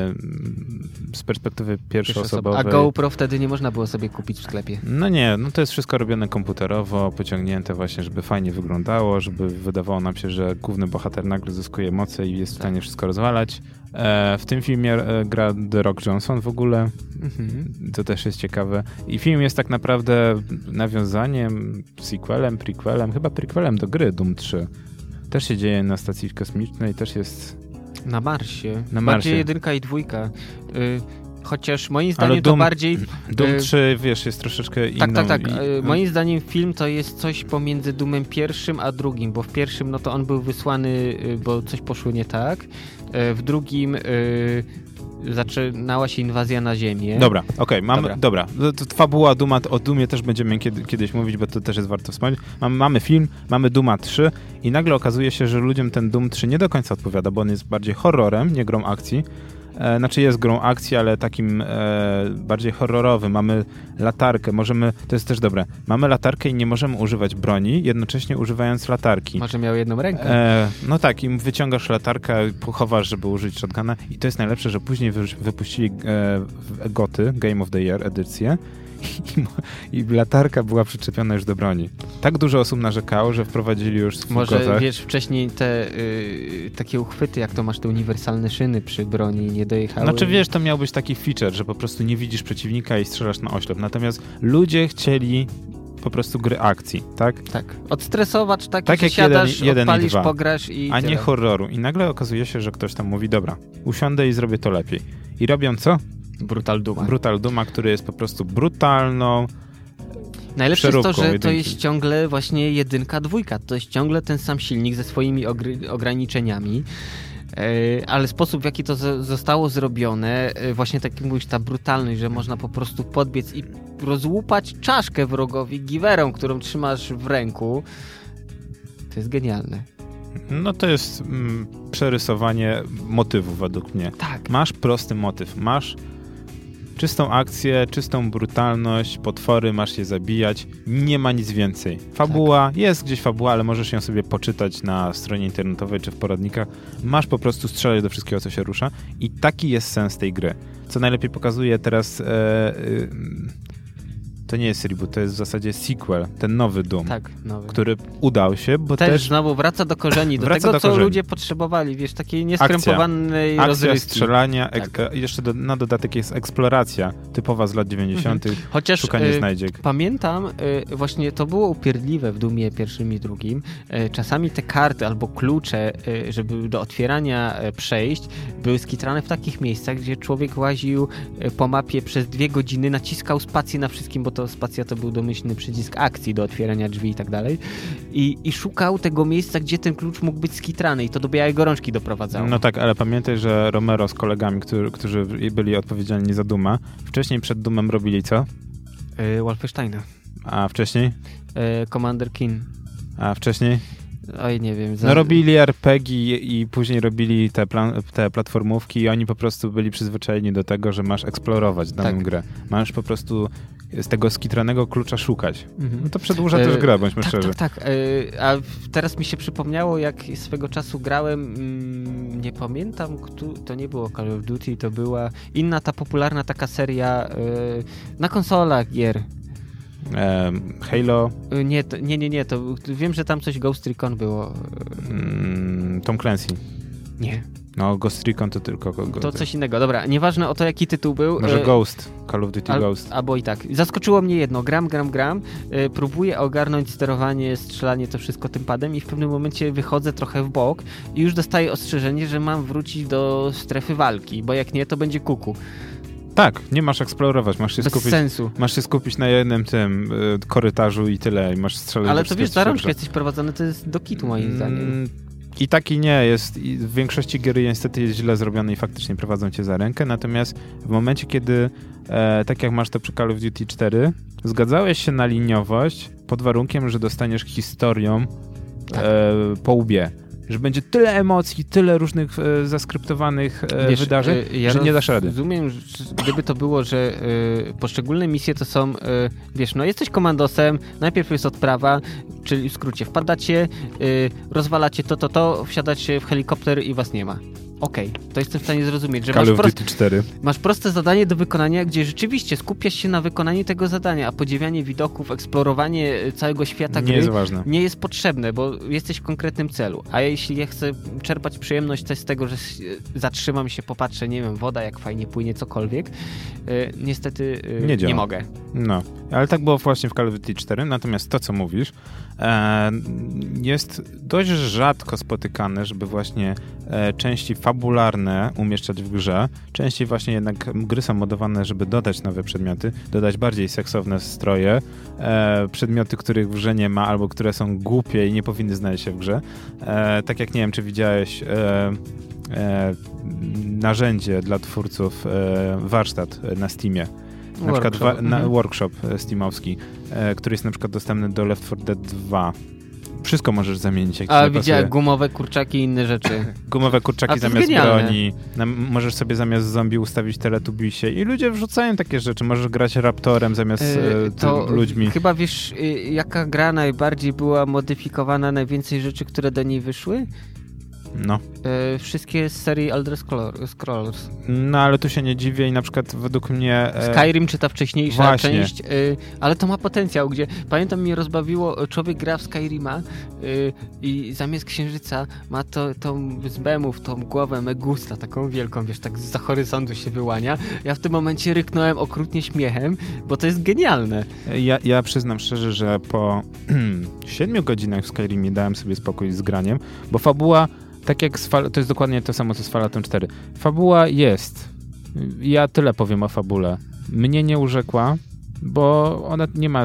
z perspektywy pierwszoosobowej. A GoPro wtedy nie można było sobie kupić w sklepie. No nie, no to jest wszystko robione komputerowo, pociągnięte właśnie, żeby fajnie wyglądało, żeby wydawało nam się, że główny bohater nagle zyskuje moce i jest w stanie wszystko rozwalać. E, w tym filmie e, gra The Rock Johnson w ogóle. Mhm. To też jest ciekawe. I film jest tak naprawdę nawiązaniem, sequelem, prequelem, chyba prequelem do gry Doom trzy. Też się dzieje na stacji kosmicznej, też jest... Na Marsie. Na Marsie. Bardziej jedynka i dwójka. Y, chociaż moim zdaniem Ale to Doom, bardziej... Doom y, trzy, wiesz, jest troszeczkę inną... Tak, tak, tak. I, Y, moim zdaniem film to jest coś pomiędzy Doomem pierwszym a drugim, bo w pierwszym no to on był wysłany, y, bo coś poszło nie tak. Y, w drugim... Y, zaczynała się inwazja na Ziemię. Dobra, okej, okay, mamy, dobra. dobra. To, to fabuła Dooma, o Doomie też będziemy kiedy, kiedyś mówić, bo to też jest warto wspomnieć. Mamy, mamy film, mamy Dooma trzy i nagle okazuje się, że ludziom ten Doom trzy nie do końca odpowiada, bo on jest bardziej horrorem, nie grą akcji. E, znaczy jest grą akcji, ale takim e, bardziej horrorowym. Mamy latarkę, możemy, to jest też dobre, mamy latarkę i nie możemy używać broni, jednocześnie używając latarki. Może miał jedną rękę. E, no tak, i wyciągasz latarkę, chowasz, żeby użyć shotguna i to jest najlepsze, że później wy, wypuścili e, goty, Game of the Year edycję i, i latarka była przyczepiona już do broni. Tak dużo osób narzekało, że wprowadzili już w Może gotach. wiesz, wcześniej te y, takie uchwyty, jak to masz te uniwersalne szyny przy broni, nie dojechały. Znaczy wiesz, to miał być taki feature, że po prostu nie widzisz przeciwnika i strzelasz na oślep. Natomiast ludzie chcieli po prostu gry akcji, tak? Tak. Odstresować taki, Tak że jak siadasz, jeden, jeden odpalisz, i dwa. pograsz i A tyle. nie horroru. I nagle okazuje się, że ktoś tam mówi, dobra, usiądę i zrobię to lepiej. I robią co? Brutal Doom. Brutal Dooma, który jest po prostu brutalną. Najlepsze jest to, przeróbką że to jedynki. jest ciągle właśnie jedynka, dwójka. To jest ciągle ten sam silnik ze swoimi ogry- ograniczeniami. E, ale sposób, w jaki to z- zostało zrobione, e, właśnie tak jak mówisz, ta brutalność, że można po prostu podbiec i rozłupać czaszkę wrogowi giwerą, którą trzymasz w ręku, to jest genialne. No to jest mm, przerysowanie motywu według mnie. Tak. Masz prosty motyw, masz czystą akcję, czystą brutalność, potwory, masz je zabijać, nie ma nic więcej. Fabuła, tak. Jest gdzieś fabuła, ale możesz ją sobie poczytać na stronie internetowej czy w poradnikach. Masz po prostu strzelać do wszystkiego, co się rusza i taki jest sens tej gry. Co najlepiej pokazuje teraz... E, e, to nie jest reboot, to jest w zasadzie sequel, ten nowy Doom, tak, nowy. który udał się, bo też... Też znowu wraca do korzeni, do wraca tego, do co korzeni. ludzie potrzebowali, wiesz, takiej nieskrępowanej Akcja, rozrywki. strzelania, tak. ek- jeszcze do, na dodatek jest eksploracja, typowa z lat dziewięćdziesiątych. Mhm. Chociaż szukanie y, znajdziek. Pamiętam, y, właśnie to było upierdliwe w Doomie pierwszym i drugim. Y, czasami te karty albo klucze, y, żeby do otwierania y, przejść, były skitrane w takich miejscach, gdzie człowiek łaził y, po mapie przez dwie godziny, naciskał spację na wszystkim, bo to spacja to był domyślny przycisk akcji do otwierania drzwi i tak dalej. I, i szukał tego miejsca, gdzie ten klucz mógł być skitrany i to do białej gorączki doprowadzało. No tak, ale pamiętaj, że Romero z kolegami, którzy, którzy byli odpowiedzialni za Dooma, wcześniej przed Doomem robili co? Y, Wolfensteina. A wcześniej? Y, Commander Keen. A wcześniej? Oj, nie wiem. Za... No robili er pe gie i, i później robili te, plan, te platformówki i oni po prostu byli przyzwyczajeni do tego, że masz eksplorować daną tak. grę. Masz po prostu z tego skitranego klucza szukać. Mhm. No to przedłuża e, też grę, bądźmy tak, szczerzy. Tak, tak. E, a teraz mi się przypomniało, jak swego czasu grałem, mm, nie pamiętam, kto, to nie było Call of Duty, to była inna ta popularna taka seria e, na konsolach gier. Um, Halo. Nie, to, nie, nie, nie, to wiem, że tam coś Ghost Recon było. Mm, Tom Clancy. Nie. No, Ghost Recon to tylko... Go, to coś innego, dobra, nieważne o to, jaki tytuł był. Może Ghost, Call of Duty Al, Ghost. Albo i tak. Zaskoczyło mnie jedno, gram, gram, gram, yy, próbuję ogarnąć sterowanie, strzelanie, to wszystko tym padem i w pewnym momencie wychodzę trochę w bok i już dostaję ostrzeżenie, że mam wrócić do strefy walki, bo jak nie, to będzie kuku. Tak, nie masz eksplorować, masz się Bez skupić. sensu. Masz się skupić na jednym tym y, korytarzu i tyle, i masz strzelać. Ale to wiesz, za rączkę jesteś prowadzony, to jest do kitu moim zdaniem. I tak i nie jest. I w większości gier niestety jest źle zrobione i faktycznie prowadzą cię za rękę, natomiast w momencie, kiedy e, tak jak masz to przy Call of Duty cztery, zgadzałeś się na liniowość pod warunkiem, że dostaniesz historią tak. e, po łbie. Że będzie tyle emocji, tyle różnych e, zaskryptowanych e, Wiesz, wydarzeń, e, ja że nie dasz rady. Rozumiem, że gdyby to było, że e, poszczególne misje to są, e, wiesz, no jesteś komandosem, najpierw jest odprawa, czyli w skrócie, wpadacie, y, rozwalacie to, to, to, wsiadacie w helikopter i was nie ma. Okej, okay, to jestem w stanie zrozumieć, że masz, prost... masz proste zadanie do wykonania, gdzie rzeczywiście skupiasz się na wykonaniu tego zadania, a podziwianie widoków, eksplorowanie całego świata gry nie jest ważne. Nie jest potrzebne, bo jesteś w konkretnym celu. A jeśli ja chcę czerpać przyjemność też z tego, że zatrzymam się, popatrzę, nie wiem, woda jak fajnie płynie, cokolwiek, yy, niestety yy, nie, nie mogę. No, ale tak było właśnie w Call of Duty cztery, natomiast to, co mówisz, e, jest dość rzadko spotykane, żeby właśnie e, części fabularne umieszczać w grze. Częściej właśnie jednak gry są modowane, żeby dodać nowe przedmioty, dodać bardziej seksowne stroje, e, przedmioty, których w grze nie ma, albo które są głupie i nie powinny znaleźć się w grze. E, tak jak nie wiem, czy widziałeś e, e, narzędzie dla twórców e, warsztat na Steamie. Na workshop. przykład wa- na mhm. workshop steamowski, e, który jest na przykład dostępny do Left four Dead dwa. Wszystko możesz zamienić, jak A widziałem gumowe kurczaki i inne rzeczy. Gumowe kurczaki zamiast genialne. broni. Na, możesz sobie zamiast zombie ustawić teletubisie i ludzie wrzucają takie rzeczy. Możesz grać raptorem zamiast yy, to ludźmi. Chyba wiesz, yy, jaka gra najbardziej była modyfikowana, najwięcej rzeczy, które do niej wyszły? No. E, wszystkie z serii Elder Scrolls. No, ale tu się nie dziwię i na przykład według mnie... E... Skyrim czy ta wcześniejsza Właśnie. część, e, ale to ma potencjał, gdzie pamiętam, mnie rozbawiło, człowiek gra w Skyrima e, i zamiast księżyca ma to, tą z memów, tą głowę Megusta, taką wielką, wiesz, tak zza horyzontu się wyłania. Ja w tym momencie ryknąłem okrutnie śmiechem, bo to jest genialne. Ja, ja przyznam szczerze, że po siedmiu godzinach w Skyrimie dałem sobie spokój z graniem, bo fabuła tak jak z Fal- to jest dokładnie to samo, co z Falloutem cztery. Fabuła jest. Ja tyle powiem o fabule. Mnie nie urzekła, bo ona nie ma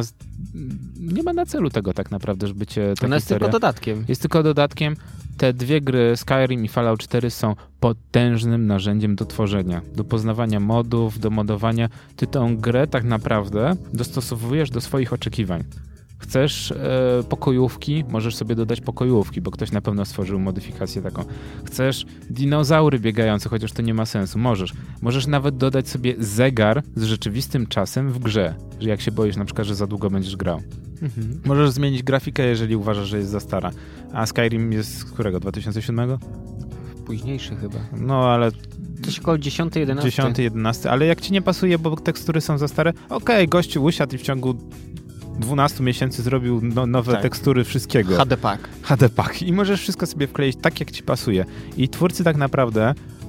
nie ma na celu tego tak naprawdę, żeby cię... Ona jest tylko dodatkiem. Jest tylko dodatkiem. Te dwie gry, Skyrim i Fallout cztery, są potężnym narzędziem do tworzenia, do poznawania modów, do modowania. Ty tę grę tak naprawdę dostosowujesz do swoich oczekiwań. Chcesz e, pokojówki, możesz sobie dodać pokojówki, bo ktoś na pewno stworzył modyfikację taką. Chcesz dinozaury biegające, chociaż to nie ma sensu, możesz. Możesz nawet dodać sobie zegar z rzeczywistym czasem w grze, że jak się boisz na przykład, że za długo będziesz grał. Mhm. Możesz zmienić grafikę, jeżeli uważasz, że jest za stara. A Skyrim jest z którego? dwa tysiące siódmego? Późniejszy chyba. No, ale... Coś około dziesiąty, jedenasty. dziesiąty, jedenasty, ale jak ci nie pasuje, bo tekstury są za stare, okej, okay, gościu usiadł i w ciągu dwunastu miesięcy zrobił no, nowe tak. tekstury wszystkiego. H D Pack. H D Pack. I możesz wszystko sobie wkleić tak, jak ci pasuje. I twórcy tak naprawdę,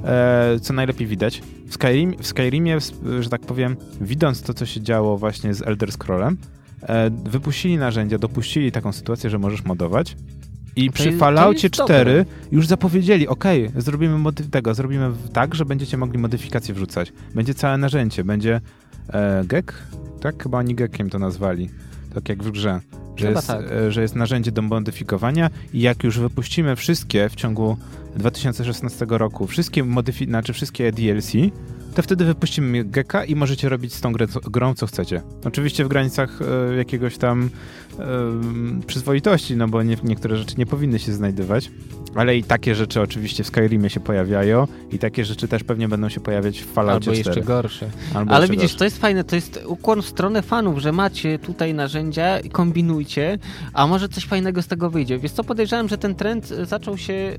e, co najlepiej widać, w, Skyrim, w Skyrimie, że tak powiem, widząc to, co się działo właśnie z Elder Scrollem, e, wypuścili narzędzia, dopuścili taką sytuację, że możesz modować. I przy Falloutie cztery już zapowiedzieli, okej, okay, zrobimy modyf- tego, zrobimy tak, że będziecie mogli modyfikacje wrzucać. Będzie całe narzędzie, będzie e, G E K? Tak? Chyba oni G E K-iem to nazwali. Tak jak w grze. Że jest, tak. że jest narzędzie do modyfikowania i jak już wypuścimy wszystkie w ciągu dwa tysiące szesnastego roku, wszystkie modyfi- znaczy wszystkie D L C, to wtedy wypuścimy G E K-a i możecie robić z tą grę, grą, co chcecie. Oczywiście w granicach e, jakiegoś tam e, przyzwoitości, no bo nie, niektóre rzeczy nie powinny się znajdować, ale i takie rzeczy oczywiście w Skyrimie się pojawiają i takie rzeczy też pewnie będą się pojawiać w Falloutie Albo cztery. jeszcze gorsze. Albo ale jeszcze widzisz, gorsze. To jest fajne, to jest ukłon w stronę fanów, że macie tutaj narzędzia i kombinujcie, a może coś fajnego z tego wyjdzie. Wiesz co, podejrzewam, że ten trend zaczął się yy,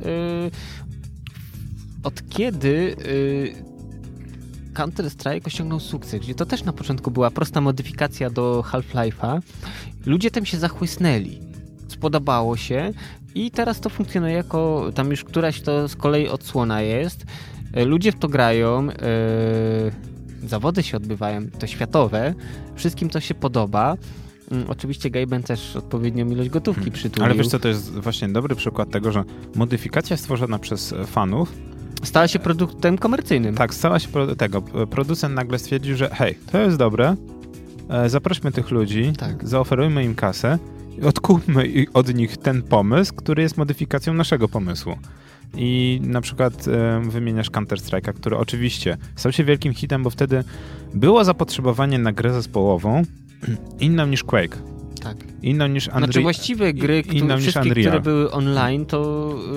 od kiedy yy, Counter-Strike osiągnął sukces, gdzie to też na początku była prosta modyfikacja do Half-Life'a. Ludzie tym się zachłysnęli. Spodobało się i teraz to funkcjonuje jako, tam już któraś to z kolei odsłona jest. Ludzie w to grają, yy, zawody się odbywają, to światowe, wszystkim to się podoba. Oczywiście Gaben też odpowiednią ilość gotówki hmm. przytulił. Ale wiesz co, to jest właśnie dobry przykład tego, że modyfikacja stworzona przez fanów stała się produktem komercyjnym. Tak, stała się pro- tego. Producent nagle stwierdził, że hej, to jest dobre, e, zaprośmy tych ludzi, tak. zaoferujmy im kasę i odkupmy od nich ten pomysł, który jest modyfikacją naszego pomysłu. I na przykład e, wymieniasz Counter-Strike'a, który oczywiście stał się wielkim hitem, bo wtedy było zapotrzebowanie na grę zespołową inną niż Quake. Tak. Inną niż Unreal. Znaczy właściwe gry, inną które, wszystkie, które były online, to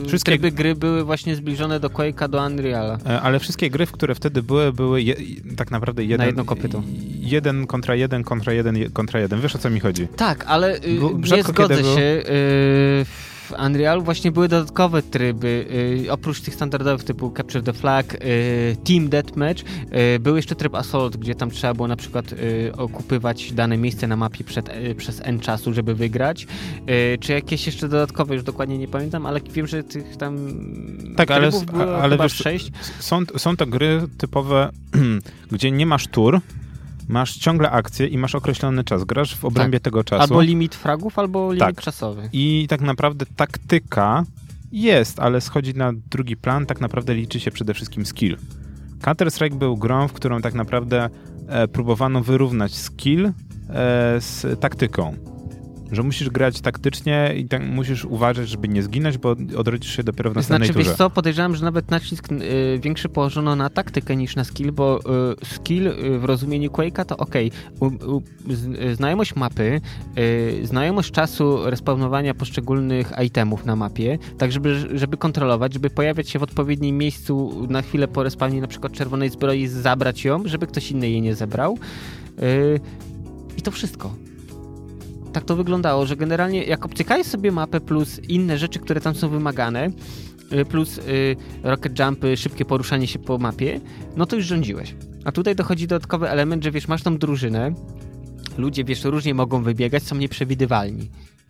wszystkie tryby gry były właśnie zbliżone do Quake'a, do Unreala. Ale wszystkie gry, w które wtedy były, były je, tak naprawdę jeden, na jedno kopyto. jeden kontra jeden, kontra jeden, kontra jeden. Wiesz, o co mi chodzi? Tak, ale Bo, nie zgodzę się. Yy, w Unrealu właśnie były dodatkowe tryby, yy, oprócz tych standardowych typu Capture the Flag, yy, Team Deathmatch, yy, był jeszcze tryb Assault, gdzie tam trzeba było na przykład yy, okupywać dane miejsce na mapie przed, yy, przez N czasu, żeby wygrać. Yy, czy jakieś jeszcze dodatkowe, już dokładnie nie pamiętam, ale wiem, że tych tam tak, ale, było ale chyba wiesz, sześć. Są, są to gry typowe, gdzie nie masz tur, masz ciągle akcję i masz określony czas. Grasz w obrębie tak. tego czasu. Albo limit fragów, albo limit tak. czasowy. I tak naprawdę taktyka jest, ale schodzi na drugi plan. Tak naprawdę liczy się przede wszystkim skill. Counter-Strike był grą, w którą tak naprawdę e, próbowano wyrównać skill e, z taktyką. Że musisz grać taktycznie i tak musisz uważać, żeby nie zginąć, bo odrodzisz się dopiero w następnej znaczy, turze. Wiesz co, podejrzewam, że nawet nacisk y, większy położono na taktykę niż na skill, bo y, skill y, w rozumieniu Quake'a to okej, okay. znajomość mapy, y, znajomość czasu respawnowania poszczególnych itemów na mapie, tak żeby, żeby kontrolować, żeby pojawiać się w odpowiednim miejscu na chwilę po respawnie na przykład czerwonej zbroi, zabrać ją, żeby ktoś inny jej nie zebrał. Y, I to wszystko. Tak to wyglądało, że generalnie jak obcykałeś sobie mapę plus inne rzeczy, które tam są wymagane, plus y, rocket jumpy, szybkie poruszanie się po mapie, no to już rządziłeś. A tutaj dochodzi dodatkowy element, że wiesz, masz tą drużynę, ludzie, wiesz, różnie mogą wybiegać, są nieprzewidywalni.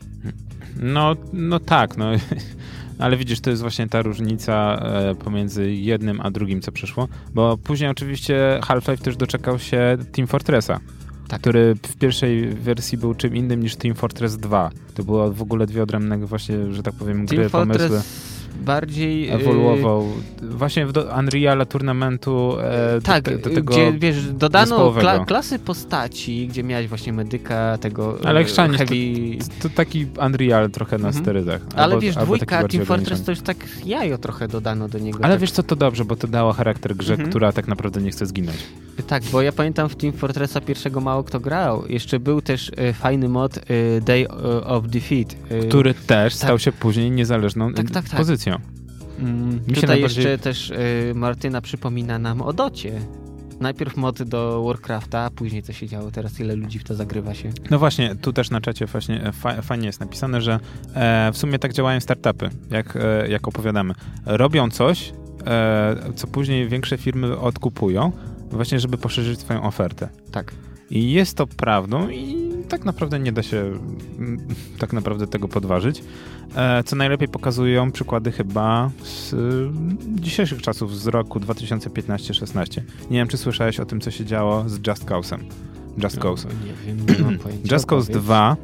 No, no tak, no. Ale widzisz, to jest właśnie ta różnica e, pomiędzy jednym a drugim, co przyszło, bo później oczywiście Half-Life też doczekał się Team Fortressa. Tak. Który w pierwszej wersji był czym innym niż Team Fortress dwa. To było w ogóle dwie odrębne właśnie, że tak powiem, gry, Team Fortress pomysły. Bardziej ewoluował. Yy... Właśnie w Unreala Tournamentu e, tak, do, do tego gdzie wiesz, dodano kla- klasy postaci, gdzie miałeś właśnie medyka, tego ale chrzanisz, heavy... to, to taki Unreal trochę na mhm. sterydach. Ale albo, wiesz, albo dwójka Team Fortress to już tak jajo trochę dodano do niego. Ale tak. wiesz co, to dobrze, bo to dało charakter grze, mhm. która tak naprawdę nie chce zginąć. Tak, bo ja pamiętam w Team Fortressa pierwszego mało kto grał. Jeszcze był też y, fajny mod y, Day of Defeat. Y, który też tak. stał się później niezależną tak, tak, tak. pozycją. Mm, tutaj najbardziej... jeszcze też y, Martyna przypomina nam o docie. Najpierw mod do Warcrafta, a później co się działo, teraz ile ludzi w to zagrywa się. No właśnie, tu też na czacie właśnie fa- fajnie jest napisane, że e, w sumie tak działają startupy, jak, e, jak opowiadamy. Robią coś, e, co później większe firmy odkupują, właśnie żeby poszerzyć swoją ofertę. Tak. I jest to prawdą i tak naprawdę nie da się m, tak naprawdę tego podważyć. E, co najlepiej pokazują przykłady chyba z y, dzisiejszych czasów, z roku dwa tysiące piętnaście szesnaście. Nie wiem, czy słyszałeś o tym, co się działo z Just Cause'em. Just Cause. No, nie wiem, nie mam pojęcia. Just Cause dwa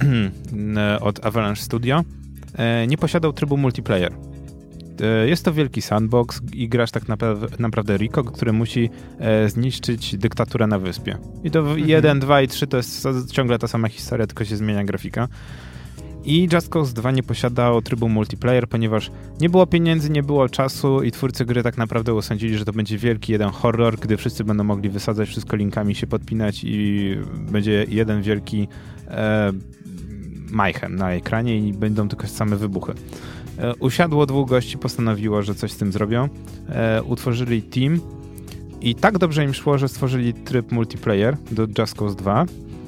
od Avalanche Studio e, nie posiadał trybu multiplayer. Jest to wielki sandbox i grasz tak naprawdę, naprawdę Rico, który musi e, zniszczyć dyktaturę na wyspie. I to mhm. jeden, dwa i trzy to jest ciągle ta sama historia, tylko się zmienia grafika. I Just Cause dwa nie posiadał trybu multiplayer, ponieważ nie było pieniędzy, nie było czasu i twórcy gry tak naprawdę usądzili, że to będzie wielki jeden horror, gdy wszyscy będą mogli wysadzać wszystko linkami, się podpinać i będzie jeden wielki e, mayhem na ekranie i będą tylko same wybuchy. E, usiadło dwóch gości, postanowiło, że coś z tym zrobią. E, utworzyli team i tak dobrze im szło, że stworzyli tryb multiplayer do Just Cause dwa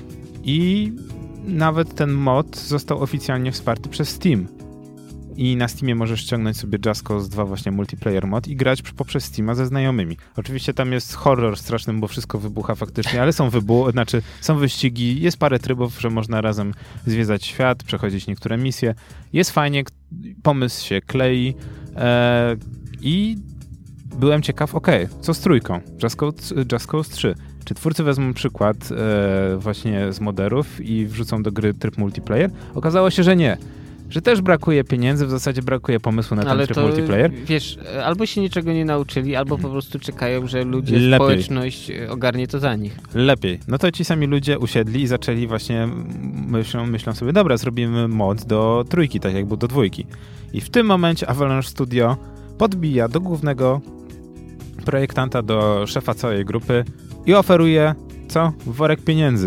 i nawet ten mod został oficjalnie wsparty przez Steam. I na Steamie możesz ściągnąć sobie Just Cause dwa właśnie multiplayer mod i grać poprzez Steama ze znajomymi. Oczywiście tam jest horror straszny, bo wszystko wybucha faktycznie, ale są wybu- znaczy są wyścigi, jest parę trybów, że można razem zwiedzać świat, przechodzić niektóre misje. Jest fajnie, pomysł się klei e, i byłem ciekaw, okej, okay, co z trójką? Just Cause, Just Cause trzy. Czy twórcy wezmą przykład e, właśnie z moderów i wrzucą do gry tryb multiplayer? Okazało się, że nie. Że też brakuje pieniędzy, w zasadzie brakuje pomysłu na ten ale tryb to, multiplayer. Wiesz, albo się niczego nie nauczyli, albo po prostu czekają, że ludzie, Lepiej. społeczność ogarnie to za nich. Lepiej. No to ci sami ludzie usiedli i zaczęli właśnie, myślą, myślą sobie, dobra, zrobimy mod do trójki, tak jak był do dwójki. I w tym momencie Avalanche Studio podbija do głównego projektanta, do szefa całej grupy i oferuje, co? Worek pieniędzy.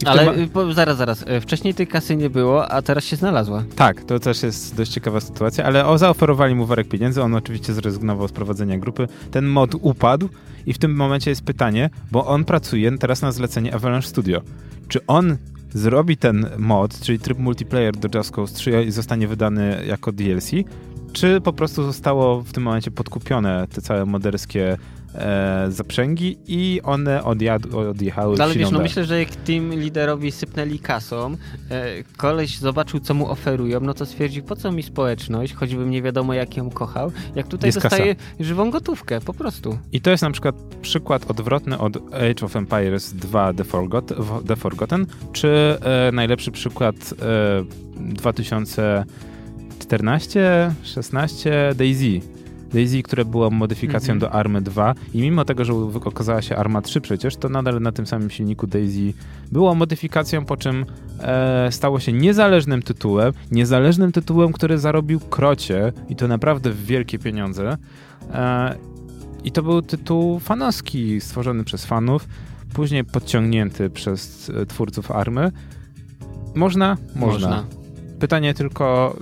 Ale tym... po, zaraz, zaraz. Wcześniej tej kasy nie było, a teraz się znalazła. Tak, to też jest dość ciekawa sytuacja, ale o, zaoferowali mu worek pieniędzy, on oczywiście zrezygnował z prowadzenia grupy. Ten mod upadł i w tym momencie jest pytanie, bo on pracuje teraz na zlecenie Avalanche Studio. Czy on zrobi ten mod, czyli tryb multiplayer do Just Cause trzy i zostanie wydany jako D L C, czy po prostu zostało w tym momencie podkupione te całe moderskie e, zaprzęgi i one odjad, odjechały Ale w wiesz, no myślę, że jak team liderowi sypnęli kasą, e, koleś zobaczył, co mu oferują, no to stwierdził, po co mi społeczność, choćbym nie wiadomo, jak ją kochał, jak tutaj jest dostaje kasa. Żywą gotówkę, po prostu. I to jest na przykład przykład odwrotny od Age of Empires dwa The, Forgot, The Forgotten, czy e, najlepszy przykład e, dwa tysiące czternaście szesnaście DayZ. DayZ, które było modyfikacją mm-hmm. do Army dwa i mimo tego, że okazała się Arma trzy przecież, to nadal na tym samym silniku DayZ było modyfikacją, po czym e, stało się niezależnym tytułem, niezależnym tytułem, który zarobił krocie i to naprawdę wielkie pieniądze. E, I to był tytuł fanowski, stworzony przez fanów, później podciągnięty przez twórców Army. Można? Można. Można. Pytanie tylko,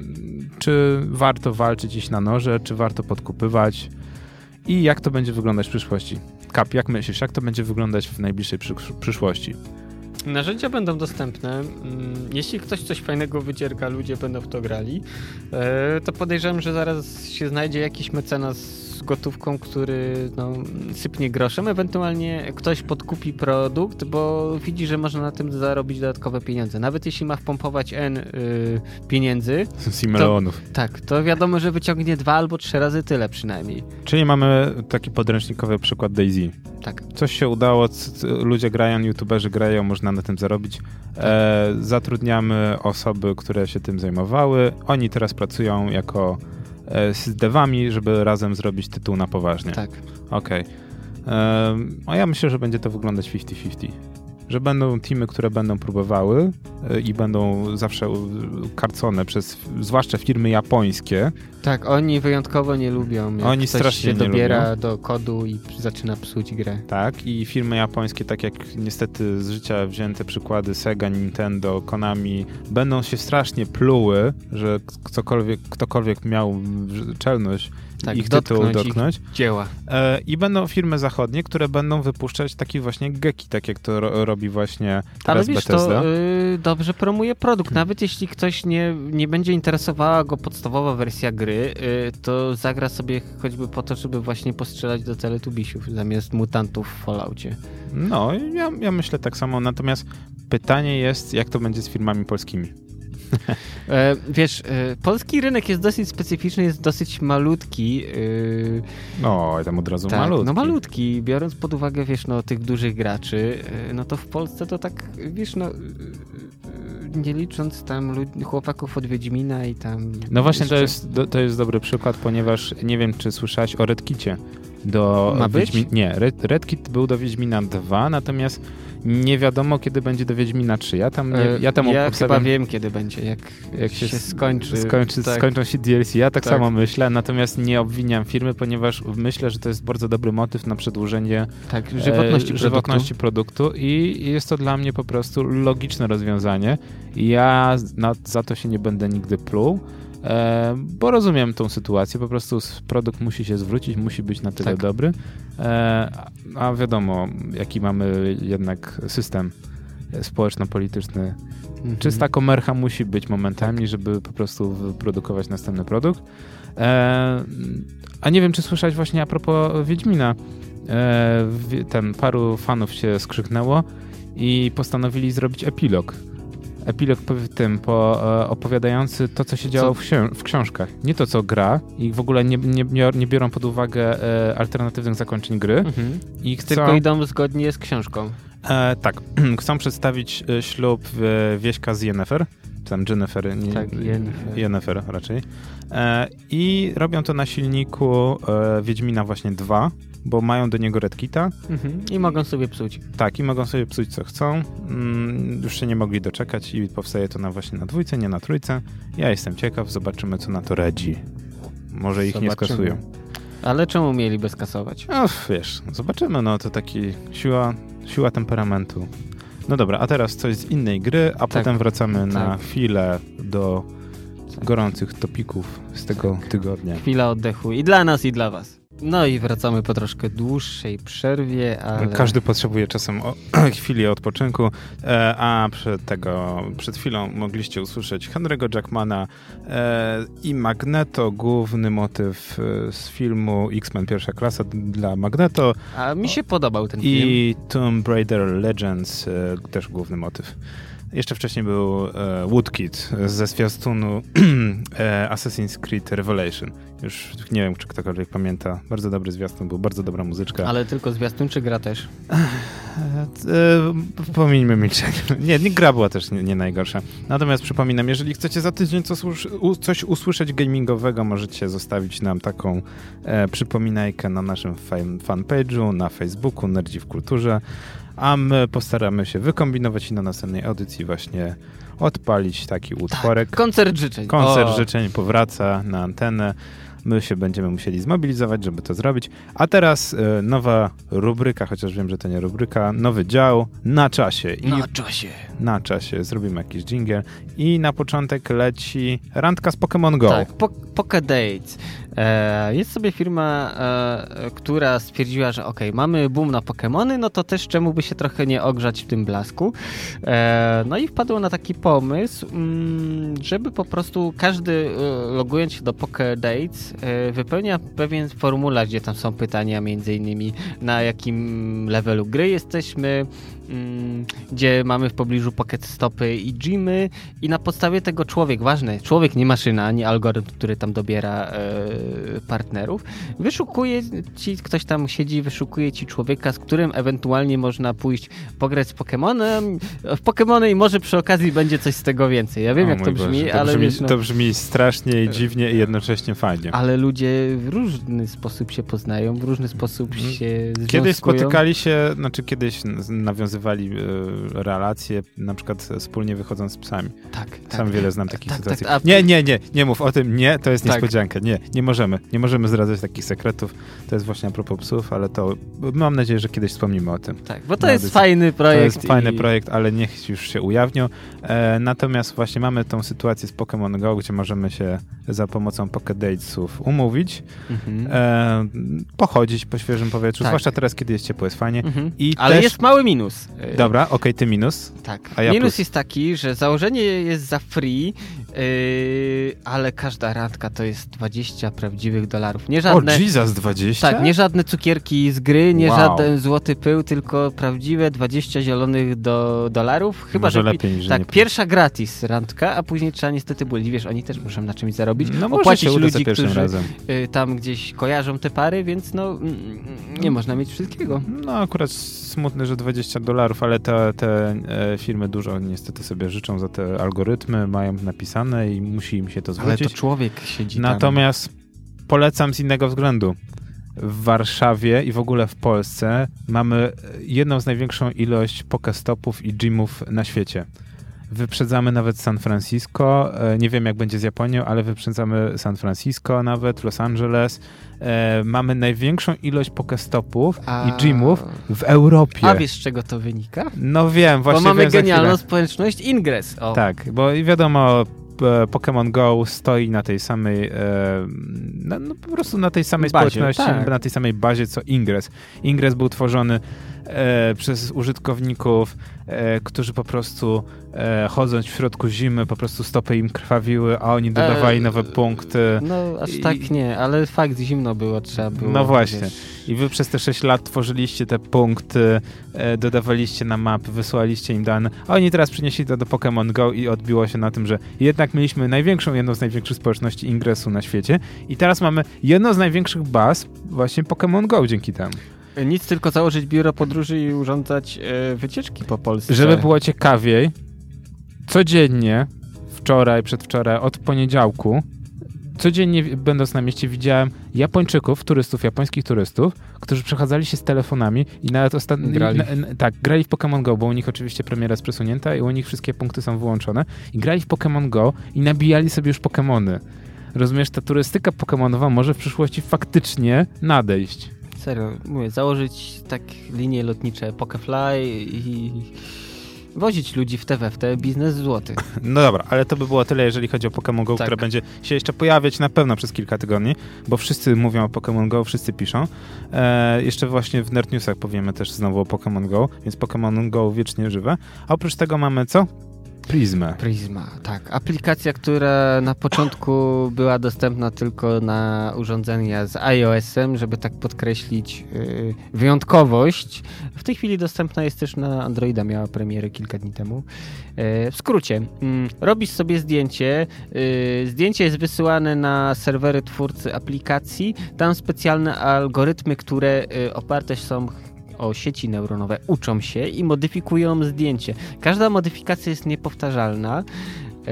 czy warto walczyć, iść na noże, czy warto podkupywać i jak to będzie wyglądać w przyszłości? Kap, jak myślisz, jak to będzie wyglądać w najbliższej przy- przyszłości? Narzędzia będą dostępne. Jeśli ktoś coś fajnego wydzierga, ludzie będą w to grali, to podejrzewam, że zaraz się znajdzie jakiś mecenas z gotówką, który no, sypnie groszem, ewentualnie ktoś podkupi produkt, bo widzi, że można na tym zarobić dodatkowe pieniądze. Nawet jeśli ma wpompować N y, pieniędzy, Similonów. Tak, to wiadomo, że wyciągnie dwa albo trzy razy tyle przynajmniej. Czyli mamy taki podręcznikowy przykład DayZ. Tak. Coś się udało, c- c- ludzie grają, youtuberzy grają, można na tym zarobić. E, zatrudniamy osoby, które się tym zajmowały. Oni teraz pracują jako e, z devami, żeby razem zrobić tytuł na poważnie. Tak. Okej. Okay. A ja myślę, że będzie to wyglądać pięćdziesiąt na pięćdziesiąt. Że będą teamy, które będą próbowały e, i będą zawsze karcone przez zwłaszcza firmy japońskie. Tak, oni wyjątkowo nie lubią, jak oni ktoś strasznie się nie dobiera lubią. do kodu i zaczyna psuć grę. Tak, i firmy japońskie, tak jak niestety z życia wzięte przykłady Sega, Nintendo, Konami, będą się strasznie pluły, że ktokolwiek, ktokolwiek miał czelność tak, ich tytuł dotknąć. Ich dzieła. E, I będą firmy zachodnie, które będą wypuszczać taki właśnie geki, tak jak to ro, robi właśnie teraz Ale wiesz, Bethesda. to y, dobrze promuje produkt. Nawet jeśli ktoś nie, nie będzie interesowała go podstawowa wersja gry, y, to zagra sobie choćby po to, żeby właśnie postrzelać do teletubisiów zamiast mutantów w Falloutie. No, ja, ja myślę tak samo. Natomiast pytanie jest, jak to będzie z firmami polskimi. E, wiesz, e, polski rynek jest dosyć specyficzny, jest dosyć malutki. E, no, tam od razu tak, malutki. No malutki, biorąc pod uwagę, wiesz, no tych dużych graczy, e, no to w Polsce to tak, wiesz, no e, nie licząc tam lud- chłopaków od Wiedźmina i tam... No właśnie, jeszcze... to jest, do, to jest dobry przykład, ponieważ nie wiem, czy słyszałeś o Redkicie. Do Ma być? Wiedźmi... Nie, Red, Redkit był do Wiedźmina dwa, natomiast nie wiadomo, kiedy będzie do Wiedźmina trzy. Ja tam, nie, ja tam ja obstawiam, chyba wiem, kiedy będzie, jak, jak się, się skończy. skończy tak. Skończą się D L C. Ja tak, tak samo myślę, natomiast nie obwiniam firmy, ponieważ myślę, że to jest bardzo dobry motyw na przedłużenie tak, żywotności, e, żywotności produktu. produktu i jest to dla mnie po prostu logiczne rozwiązanie. Ja na, za to się nie będę nigdy pluł. E, bo rozumiem tą sytuację, po prostu produkt musi się zwrócić, musi być na tyle tak. dobry, e, a wiadomo, jaki mamy jednak system społeczno-polityczny. Mhm. Czysta komercha musi być momentami, tak. żeby po prostu wyprodukować następny produkt. E, a nie wiem, czy słyszałeś właśnie a propos Wiedźmina, e, ten paru fanów się skrzyknęło i postanowili zrobić epilog. Epilog w tym, po, e, opowiadający to, co się działo co? W, ksi- w książkach. Nie to, co gra i w ogóle nie, nie, nie biorą pod uwagę e, alternatywnych zakończeń gry. Mhm. I chcą, tylko idą zgodnie z książką. E, tak. Chcą przedstawić e, ślub e, Wieśka z Yennefer. Czy tam Jennifer. Nie, tak, Yennefer. Yennefer raczej. E, I robią to na silniku e, Wiedźmina właśnie dwa, bo mają do niego Redkita. Mhm. I mogą sobie psuć. Tak, i mogą sobie psuć co chcą. Mm, już się nie mogli doczekać i powstaje to na właśnie na dwójce, nie na trójce. Ja jestem ciekaw, zobaczymy co na to Redzi. Może ich zobaczymy. Nie skasują. Ale czemu mieliby skasować? No wiesz, zobaczymy, no to taki siła, siła temperamentu. No dobra, a teraz coś z innej gry, a tak. potem wracamy tak. na chwilę do tak. gorących topików z tego tak. tygodnia. Chwila oddechu i dla nas, i dla was. No i wracamy po troszkę dłuższej przerwie, ale... Każdy potrzebuje czasem o, chwili odpoczynku, e, a przed tego, przed chwilą mogliście usłyszeć Henry'ego Jackmana e, i Magneto, główny motyw e, z filmu X-Men Pierwsza Klasa dla Magneto. A mi się o, podobał ten i film. I Tomb Raider Legends, e, też główny motyw. Jeszcze wcześniej był e, Woodkid ze zwiastunu e, Assassin's Creed Revelation. Już nie wiem, czy ktokolwiek pamięta. Bardzo dobry zwiastun, był bardzo dobra muzyczka. Ale tylko zwiastun, czy gra też? E, e, Pominijmy milczenie. Nie, nie, gra była też nie, nie najgorsza. Natomiast przypominam, jeżeli chcecie za tydzień coś, coś usłyszeć gamingowego, możecie zostawić nam taką e, przypominajkę na naszym fan, fanpage'u, na Facebooku, Nerdzi w Kulturze. A my postaramy się wykombinować i na następnej audycji właśnie odpalić taki utworek. Tak, koncert życzeń. Koncert o. życzeń powraca na antenę. My się będziemy musieli zmobilizować, żeby to zrobić. A teraz y, nowa rubryka, chociaż wiem, że to nie rubryka, nowy dział na czasie. I na czasie. Na czasie. Zrobimy jakiś dżingiel. I na początek leci randka z Pokémon Go. Tak, po, Pokédates. E, jest sobie firma, e, która stwierdziła, że okej, okay, mamy boom na Pokémony, no to też czemu by się trochę nie ogrzać w tym blasku. E, no i wpadło na taki pomysł, mm, żeby po prostu każdy logując się do Pokédates e, wypełnia pewien formularz, gdzie tam są pytania między innymi na jakim levelu gry jesteśmy, mm, gdzie mamy w pobliżu Pokéstopy i gymy i na podstawie tego człowiek, ważne, człowiek nie maszyna, nie algorytm, który tam dobiera e, partnerów, wyszukuje ci, ktoś tam siedzi, wyszukuje ci człowieka, z którym ewentualnie można pójść pograć z Pokemonem, w Pokemony i może przy okazji będzie coś z tego więcej. Ja wiem, o jak to brzmi, Boże, to ale brzmi, wiesz, no, to brzmi strasznie i dziwnie i jednocześnie fajnie. Ale ludzie w różny sposób się poznają, w różny sposób się związkują. Kiedyś spotykali się, znaczy kiedyś nawiązywali e, relacje, na przykład wspólnie wychodząc z psami. Tak, Sam tak. wiele znam takich tak, sytuacji. Tak, a... Nie, nie, nie, nie mów o tym, nie, to jest tak. niespodzianka. Nie, nie możemy, nie możemy zdradzać takich sekretów. To jest właśnie a propos psów, ale to mam nadzieję, że kiedyś wspomnimy o tym. Tak, bo to jest fajny projekt. To jest i... fajny projekt, ale niech już się ujawnią. E, natomiast właśnie mamy tą sytuację z Pokémon Go, gdzie możemy się za pomocą Pokédatesów umówić, mhm. e, pochodzić po świeżym powietrzu, tak. zwłaszcza teraz, kiedy jest ciepło, jest fajnie. Mhm. I ale też... jest mały minus. Dobra, okej, okay, ty minus. Tak, a ja minus plus. jest taki, że założenie jest za free, yy, ale każda randka to jest dwadzieścia prawdziwych dolarów. Nie żadne, o, Jesus, dwadzieścia? Tak, nie żadne cukierki z gry, nie wow. żaden złoty pył, tylko prawdziwe dwadzieścia zielonych do, dolarów. Chyba, może że lepiej niż tak, nie pierwsza gratis randka, a później trzeba niestety, bo wiesz, oni też muszą na czymś zarobić. No opłacić może ludzi, którzy razem. Y, tam gdzieś kojarzą te pary, więc no nie no. można mieć wszystkiego. No akurat smutne, że dwadzieścia dolarów, ale te, te e, firmy dużo niestety sobie życzą za te algorytmy, mają napisane i musi im się to zwrócić. Ale to człowiek siedzi Natomiast tam. Polecam z innego względu. W Warszawie i w ogóle w Polsce mamy jedną z największą ilość pokestopów i gymów na świecie. Wyprzedzamy nawet San Francisco, nie wiem jak będzie z Japonią, ale wyprzedzamy San Francisco nawet, Los Angeles. E, mamy największą ilość pokestopów A... i gymów w Europie. A wiesz z czego to wynika? No wiem, właśnie Bo mamy wiem genialną społeczność Ingress. O. Tak, bo wiadomo, Pokémon Go stoi na tej samej, e, no, no po prostu na tej samej bazie, społeczności, tak. na tej samej bazie co Ingress. Ingress był tworzony e, przez użytkowników, e, którzy po prostu e, chodząc w środku zimy, po prostu stopy im krwawiły, a oni dodawali e, nowe punkty. No aż i, tak nie, ale fakt, zimno było, trzeba było. No właśnie. Wiesz. I wy przez te sześć lat tworzyliście te punkty, e, dodawaliście na mapy, wysłaliście im dane, a oni teraz przynieśli to do Pokémon Go i odbiło się na tym, że jednak mieliśmy największą, jedną z największych społeczności ingresu na świecie i teraz mamy jedną z największych baz właśnie Pokémon Go dzięki temu. Nic, tylko założyć biuro podróży i urządzać e, wycieczki po Polsce. Żeby było ciekawiej, codziennie, wczoraj, przedwczoraj, od poniedziałku, codziennie będąc na mieście widziałem Japończyków, turystów, japońskich turystów, którzy przechadzali się z telefonami i nawet ostatnio... Grali. Na, na, tak, grali w Pokémon Go, bo u nich oczywiście premiera jest przesunięta i u nich wszystkie punkty są wyłączone i grali w Pokémon Go i nabijali sobie już Pokémony. Rozumiesz, ta turystyka pokemonowa może w przyszłości faktycznie nadejść. Serio, mówię, założyć tak linie lotnicze Pokefly i wozić ludzi w T W F T, biznes złoty. No dobra, ale to by było tyle, jeżeli chodzi o Pokémon Go, tak. które będzie się jeszcze pojawiać na pewno przez kilka tygodni, bo wszyscy mówią o Pokémon Go, wszyscy piszą. E, jeszcze właśnie w Nerd Newsach powiemy też znowu o Pokémon Go, więc Pokémon Go wiecznie żywe. A oprócz tego mamy co? Prismę. Prisma, tak. Aplikacja, która na początku była dostępna tylko na urządzenia z iOS-em, żeby tak podkreślić yy, wyjątkowość. W tej chwili dostępna jest też na Androida, miała premierę kilka dni temu. Yy, w skrócie, yy, robisz sobie zdjęcie, yy, zdjęcie jest wysyłane na serwery twórcy aplikacji, tam specjalne algorytmy, które yy, oparte są o sieci neuronowe, uczą się i modyfikują zdjęcie. Każda modyfikacja jest niepowtarzalna yy,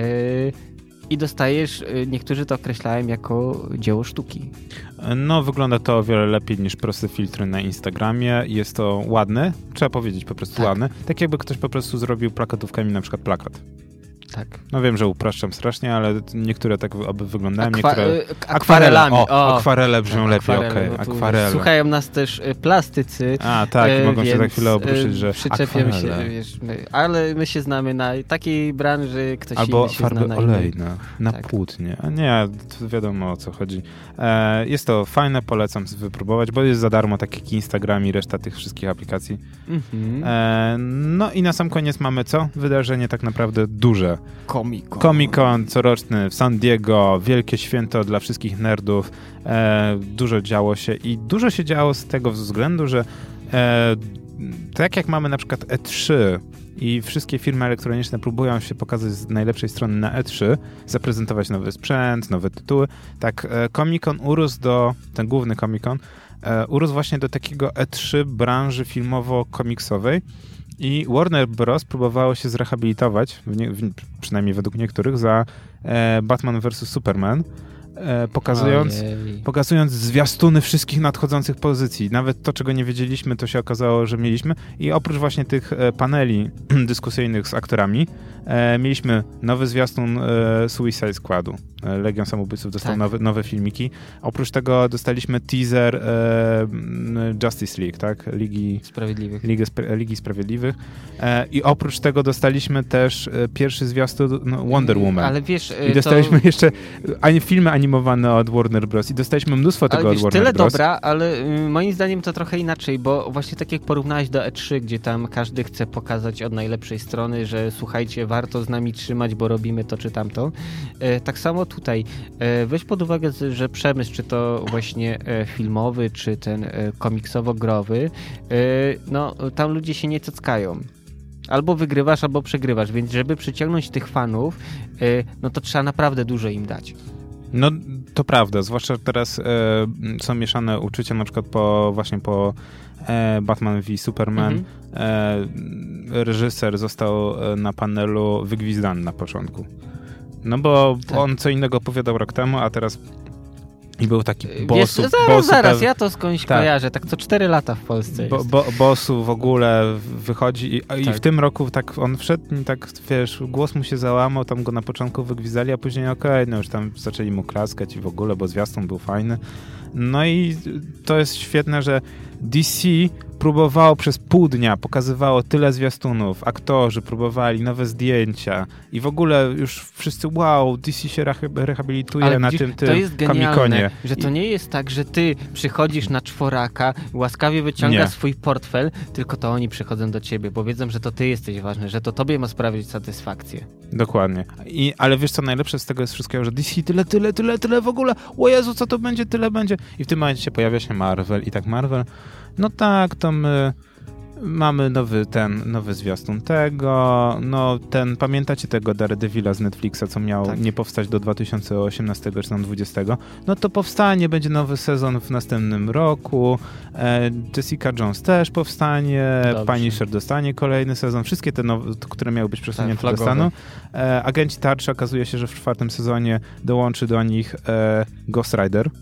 i dostajesz, yy, niektórzy to określają jako dzieło sztuki. No, wygląda to o wiele lepiej niż proste filtry na Instagramie. Jest to ładne, trzeba powiedzieć po prostu tak. ładne. Tak jakby ktoś po prostu zrobił plakatówkami na przykład plakat. Tak. No wiem, że upraszczam strasznie, ale niektóre tak aby wyglądają, Akwa- niektóre... Akwarelami. O, o, akwarele brzmią tak, lepiej, okej, okay, akwarele. Słuchają nas też plastycy. A, tak, i mogą się za chwilę obruszyć, że przyczepią się, wiesz, my, ale my się znamy na takiej branży, ktoś albo inny się farby zna na olejne, na tak. płótnie. A nie, to wiadomo o co chodzi. E, jest to fajne, polecam sobie wypróbować, bo jest za darmo, tak jak Instagram i reszta tych wszystkich aplikacji. Mm-hmm. E, no i na sam koniec mamy co? Wydarzenie tak naprawdę duże. Comic-Con. Comic-Con coroczny w San Diego, wielkie święto dla wszystkich nerdów. E, dużo działo się i dużo się działo z tego względu, że e, tak jak mamy na przykład E trzy i wszystkie firmy elektroniczne próbują się pokazać z najlepszej strony na E trzy, zaprezentować nowy sprzęt, nowe tytuły, tak e, Comic-Con urósł do, ten główny Comic-Con, e, urósł właśnie do takiego E trzy branży filmowo-komiksowej. I Warner Bros. Próbowało się zrehabilitować, w nie, w, przynajmniej według niektórych, za e, Batman versus. Superman, e, pokazując, pokazując zwiastuny wszystkich nadchodzących pozycji. Nawet to, czego nie wiedzieliśmy, to się okazało, że mieliśmy. I oprócz właśnie tych e, paneli dyskusyjnych z aktorami, e, mieliśmy nowy zwiastun e, Suicide Squadu. Legion Samobójców dostał tak. nowe, nowe filmiki. Oprócz tego dostaliśmy teaser e, Justice League, tak? Ligi Sprawiedliwych. Ligi, Ligi Sprawiedliwych. E, I oprócz tego dostaliśmy też e, pierwszy zwiastun no, Wonder Woman. Ale wiesz... I dostaliśmy to... jeszcze ani, filmy animowane od Warner Bros. I dostaliśmy mnóstwo tego ale od Warner tyle Bros. Dobra, ale y, moim zdaniem to trochę inaczej, bo właśnie tak jak porównałeś do E trzy, gdzie tam każdy chce pokazać od najlepszej strony, że słuchajcie, warto z nami trzymać, bo robimy to czy tamto. Y, tak samo tutaj. Weź pod uwagę, że przemysł, czy to właśnie filmowy, czy ten komiksowo-growy, no tam ludzie się nie cockają. Albo wygrywasz, albo przegrywasz, więc żeby przyciągnąć tych fanów, no to trzeba naprawdę dużo im dać. No to prawda, zwłaszcza teraz e, są mieszane uczucia, na przykład po właśnie po e, Batman v Superman. Mm-hmm. E, reżyser został na panelu wygwizdany na początku. No bo tak. on co innego opowiadał rok temu, a teraz i był taki boss. Zaraz, bosu, zaraz, ja to skądś tak. kojarzę, tak co cztery lata w Polsce bo, jest. Bo, bossu w ogóle wychodzi i, tak. i w tym roku tak on wszedł i tak, wiesz, głos mu się załamał, tam go na początku wygwizdali, a później okej, okay, no już tam zaczęli mu klaskać i w ogóle, bo zwiastun był fajny. No i to jest świetne, że D C próbowało przez pół dnia, pokazywało tyle zwiastunów, aktorzy próbowali, nowe zdjęcia i w ogóle już wszyscy wow, D C się rehabilituje ale na widzisz, tym tym to jest genialne, Comic-Conie. Że to nie jest tak, że ty przychodzisz na czworaka, łaskawie wyciągasz nie. swój portfel, tylko to oni przychodzą do ciebie, bo wiedzą, że to ty jesteś ważny, że to tobie ma sprawić satysfakcję. Dokładnie. I, ale wiesz co, najlepsze z tego jest wszystkiego, że D C tyle, tyle, tyle, tyle w ogóle, o Jezu, co to będzie, tyle będzie. I w tym momencie pojawia się Marvel i tak Marvel, no tak, to my mamy nowy ten, nowy zwiastun tego, no ten, pamiętacie tego Daredevila z Netflixa, co miał tak. nie powstać do dwa tysiące osiemnastego czy tam dwudziestego, no to powstanie, będzie nowy sezon w następnym roku, e, Jessica Jones też powstanie, Punisher dostanie kolejny sezon, wszystkie te nowe, które miały być przesunięte tak, dostaną. E, Agenci Tarczy, okazuje się, że w czwartym sezonie dołączy do nich e, Ghost Rider.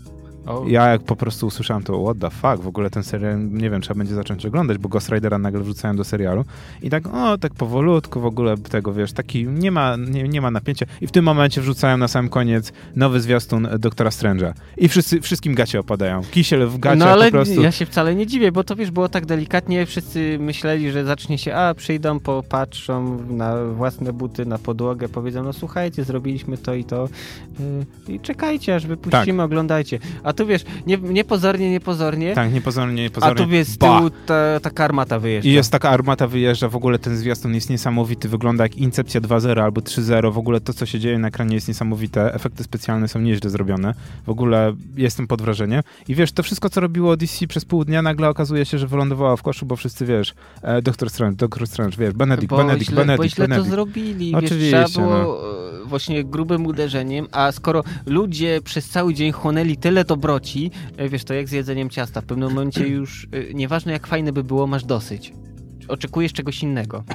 Oh. Ja jak po prostu usłyszałem to, what the fuck, w ogóle ten serial, nie wiem, trzeba będzie zacząć oglądać, bo Ghost Ridera nagle wrzucają do serialu i tak, o, tak powolutku w ogóle tego, wiesz, taki, nie ma, nie, nie ma napięcia i w tym momencie wrzucają na sam koniec nowy zwiastun Doktora Strange'a i wszyscy, wszystkim gacie opadają. Kisiel w gaciach no, ale po prostu. Ja się wcale nie dziwię, bo to wiesz, było tak delikatnie, wszyscy myśleli, że zacznie się, a przyjdą, popatrzą na własne buty, na podłogę, powiedzą, no słuchajcie, zrobiliśmy to i to yy, i czekajcie, aż wypuścimy, tak. Oglądajcie. A tu wiesz, nie, niepozornie, niepozornie. Tak, niepozornie, niepozornie. A tu wiesz, z tyłu ta, taka armata wyjeżdża. I jest taka armata wyjeżdża, w ogóle ten zwiastun jest niesamowity, wygląda jak Incepcja dwa zero albo trzy zero, w ogóle to, co się dzieje na ekranie jest niesamowite, efekty specjalne są nieźle zrobione, w ogóle jestem pod wrażeniem. I wiesz, to wszystko, co robiło D C przez pół dnia, nagle okazuje się, że wylądowało w koszu, bo wszyscy, wiesz, e, Doktor Strange, Doktor Strange, wiesz, Benedict, bo Benedict, źle, Benedict, Bo źle Benedict. to zrobili, Oczywiście, wiesz, trzeba było no. właśnie grubym uderzeniem, a skoro ludzie przez cały dzień chłonęli tyle dobroci, wiesz, to jak z jedzeniem ciasta, w pewnym momencie już, nieważne jak fajne by było, masz dosyć. Oczekujesz czegoś innego.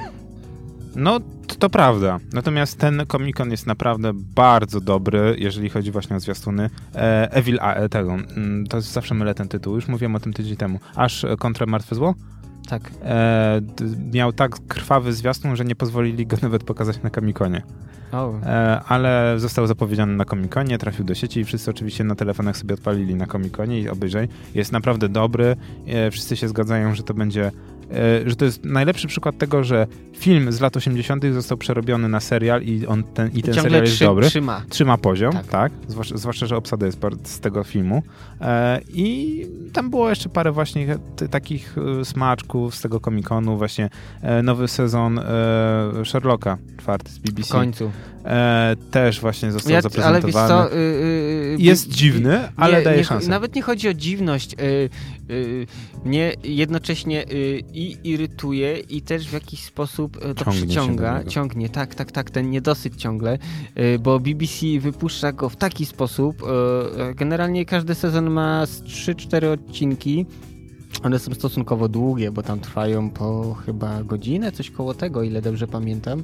No, to, to prawda. Natomiast ten Comic-Con jest naprawdę bardzo dobry, jeżeli chodzi właśnie o zwiastuny. E, Evil A, tego, to jest, zawsze mylę ten tytuł, już mówiłem o tym tydzień temu. Aż kontra Martwe Zło? Tak. E, miał tak krwawy zwiastun, że nie pozwolili go nawet pokazać na Comic-Conie. Oh. E, ale został zapowiedziany na Comic-Conie, trafił do sieci i wszyscy oczywiście na telefonach sobie odpalili na Comic-Conie i obejrzeli. Jest naprawdę dobry. E, wszyscy się zgadzają, że to będzie że to jest najlepszy przykład tego, że film z lat osiemdziesiątych został przerobiony na serial i on ten, i ten serial jest trzy, dobry. Trzyma. Trzyma poziom, tak. tak? Zwłaszcza, zwłaszcza, że obsada jest z tego filmu. E, I tam było jeszcze parę właśnie t- takich smaczków z tego Comic-Conu, właśnie e, nowy sezon e, Sherlocka, czwarty z B B C. W końcu. E, też właśnie został ja, zaprezentowany. Ale wiesz co, yy, yy, jest dziwny, ale nie, daje nie, szansę. Nawet nie chodzi o dziwność. Yy, yy, mnie jednocześnie yy, i irytuje i też w jakiś sposób to ciągnie przyciąga. Ciągnie, tak, tak, tak, ten niedosyt ciągle, yy, bo B B C wypuszcza go w taki sposób. Yy, generalnie każdy sezon ma trzy cztery odcinki. One są stosunkowo długie, bo tam trwają po chyba godzinę, coś koło tego, ile dobrze pamiętam.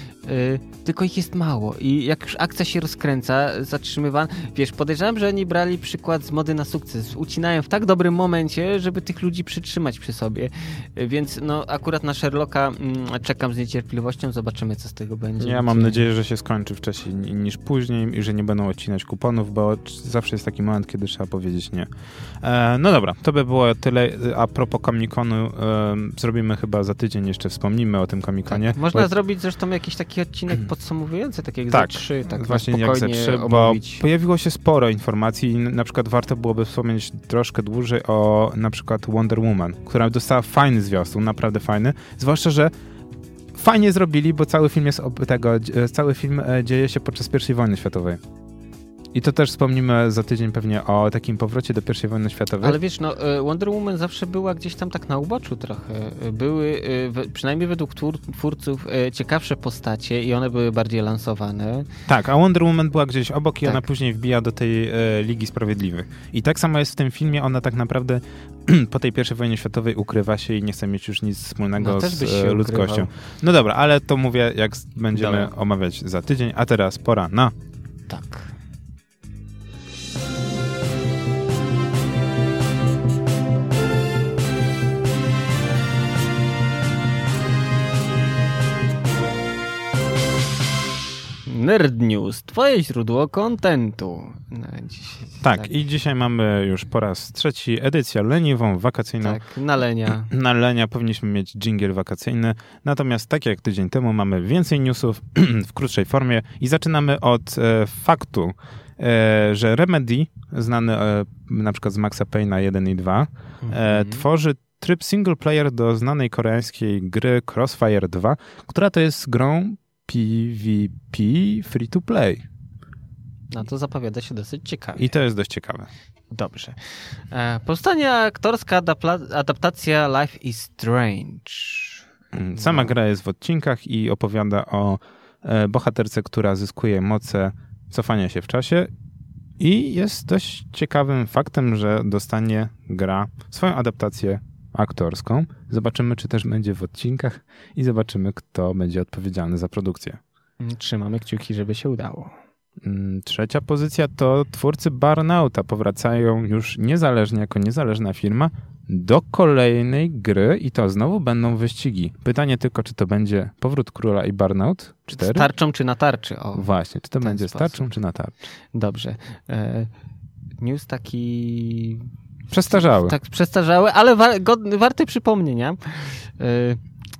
Yy, tylko ich jest mało i jak już akcja się rozkręca, zatrzymywana, wiesz, podejrzewam, że oni brali przykład z Mody na sukces, ucinają w tak dobrym momencie, żeby tych ludzi przytrzymać przy sobie, yy, więc no akurat na Sherlocka mm, czekam z niecierpliwością, zobaczymy co z tego będzie. Ja mam nadzieję, że się skończy wcześniej niż później i że nie będą odcinać kuponów, bo zawsze jest taki moment, kiedy trzeba powiedzieć nie. E, no dobra, to by było tyle. A propos Comic-Conu, e, zrobimy chyba za tydzień, jeszcze wspomnimy o tym Comic-Conie. Tak, można bo... zrobić zresztą jakiś taki odcinek podsumowujący, tak jak tak, za trzy, tak właśnie jak za trzy, bo pojawiło się sporo informacji i na przykład warto byłoby wspomnieć troszkę dłużej o na przykład Wonder Woman, która dostała fajny zwiastun, naprawdę fajny, zwłaszcza, że fajnie zrobili, bo cały film jest tego, cały film dzieje się podczas pierwszej wojny światowej. I to też wspomnimy za tydzień pewnie o takim powrocie do pierwszej wojny światowej. Ale wiesz, no Wonder Woman zawsze była gdzieś tam tak na uboczu trochę. Były, przynajmniej według twórców, ciekawsze postacie i one były bardziej lansowane. Tak, a Wonder Woman była gdzieś obok i tak. Ona później wbija do tej e, Ligi Sprawiedliwych. I tak samo jest w tym filmie, ona tak naprawdę po tej pierwszej wojnie światowej ukrywa się i nie chce mieć już nic wspólnego no, z e, ludzkością. ukrywał. No dobra, ale to mówię, jak będziemy dobra. omawiać za tydzień, a teraz pora na... Tak. Nerd News, twoje źródło kontentu. No, dzisiaj, tak, tak, i dzisiaj mamy już po raz trzeci edycję leniwą, wakacyjną. Tak, na lenia. Na lenia powinniśmy mieć dżingiel wakacyjny, natomiast tak jak tydzień temu mamy więcej newsów w krótszej formie i zaczynamy od e, faktu, e, że Remedy, znany e, na przykład z Maxa Payne'a jeden i dwa, e, mm-hmm. tworzy tryb single player do znanej koreańskiej gry Crossfire dwa, która to jest grą P V P free to play. No to zapowiada się dosyć ciekawie. I to jest dość ciekawe. Dobrze. E, powstanie aktorska adapla- adaptacja Life is Strange. Sama no. gra jest w odcinkach i opowiada o e, bohaterce, która zyskuje moce cofania się w czasie i jest dość ciekawym faktem, że dostanie gra swoją adaptację aktorską. Zobaczymy, czy też będzie w odcinkach i zobaczymy, kto będzie odpowiedzialny za produkcję. Trzymamy kciuki, żeby się udało. Trzecia pozycja to twórcy Burnouta powracają już niezależnie, jako niezależna firma do kolejnej gry i to znowu będą wyścigi. Pytanie tylko, czy to będzie Powrót Króla i Burnout cztery? Z tarczą czy na tarczy? O, właśnie, czy to będzie sposób. z tarczą czy na tarczy? Dobrze. E, news taki... Przestarzały. Tak, przestarzały, ale wa- godny, warty przypomnienia. E,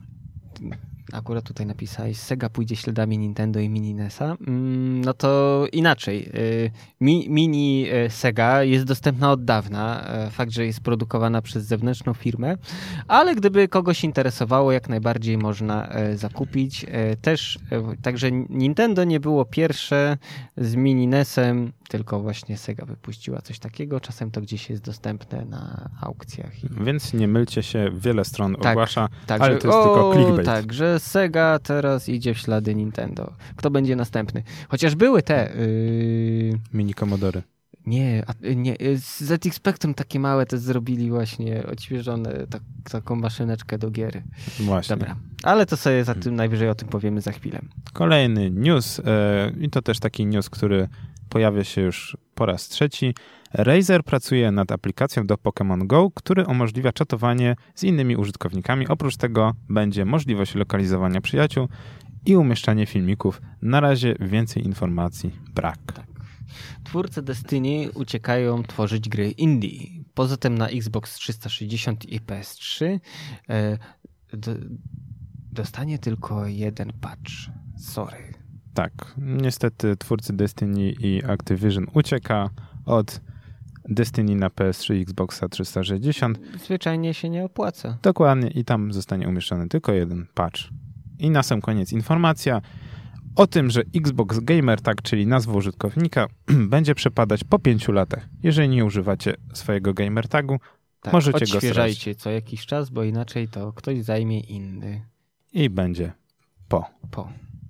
Akurat tutaj napisałeś, Sega pójdzie śladami Nintendo i Mini N E S-a. No to inaczej. Mi, mini Sega jest dostępna od dawna. Fakt, że jest produkowana przez zewnętrzną firmę, ale gdyby kogoś interesowało, jak najbardziej można zakupić. Też, także Nintendo nie było pierwsze z Mini N E S-em, tylko właśnie Sega wypuściła coś takiego. Czasem to gdzieś jest dostępne na aukcjach. Więc nie mylcie się, wiele stron tak, ogłasza, tak, ale że, to jest o, tylko clickbait. Tak, że Sega teraz idzie w ślady Nintendo. Kto będzie następny? Chociaż były te... Yy... Mini Commodory. Nie, a, nie, z Z X Spectrum takie małe też zrobili właśnie odświeżone tak, taką maszyneczkę do gier. Właśnie. Dobra, ale to sobie za tym najwyżej o tym powiemy za chwilę. Kolejny news yy, i to też taki news, który pojawia się już po raz trzeci. Razer pracuje nad aplikacją do Pokémon Go, który umożliwia czatowanie z innymi użytkownikami. Oprócz tego będzie możliwość lokalizowania przyjaciół i umieszczanie filmików. Na razie więcej informacji brak. Tak. Twórcy Destiny uciekają tworzyć gry indie. Poza tym na Xbox trzysta sześćdziesiąt i P S trzy e, d- dostanie tylko jeden patch. Sorry. Tak, niestety twórcy Destiny i Activision ucieka od Destiny na P S trzy i Xboxa trzysta sześćdziesiąt. Zwyczajnie się nie opłaca. Dokładnie i tam zostanie umieszczony tylko jeden patch. I na sam koniec informacja o tym, że Xbox Gamer Tag, czyli nazwa użytkownika, będzie przepadać po pięciu latach. Jeżeli nie używacie swojego Gamer Tagu, tak, możecie go stracić. Odświeżajcie co jakiś czas, bo inaczej to ktoś zajmie inny. I będzie po. Po.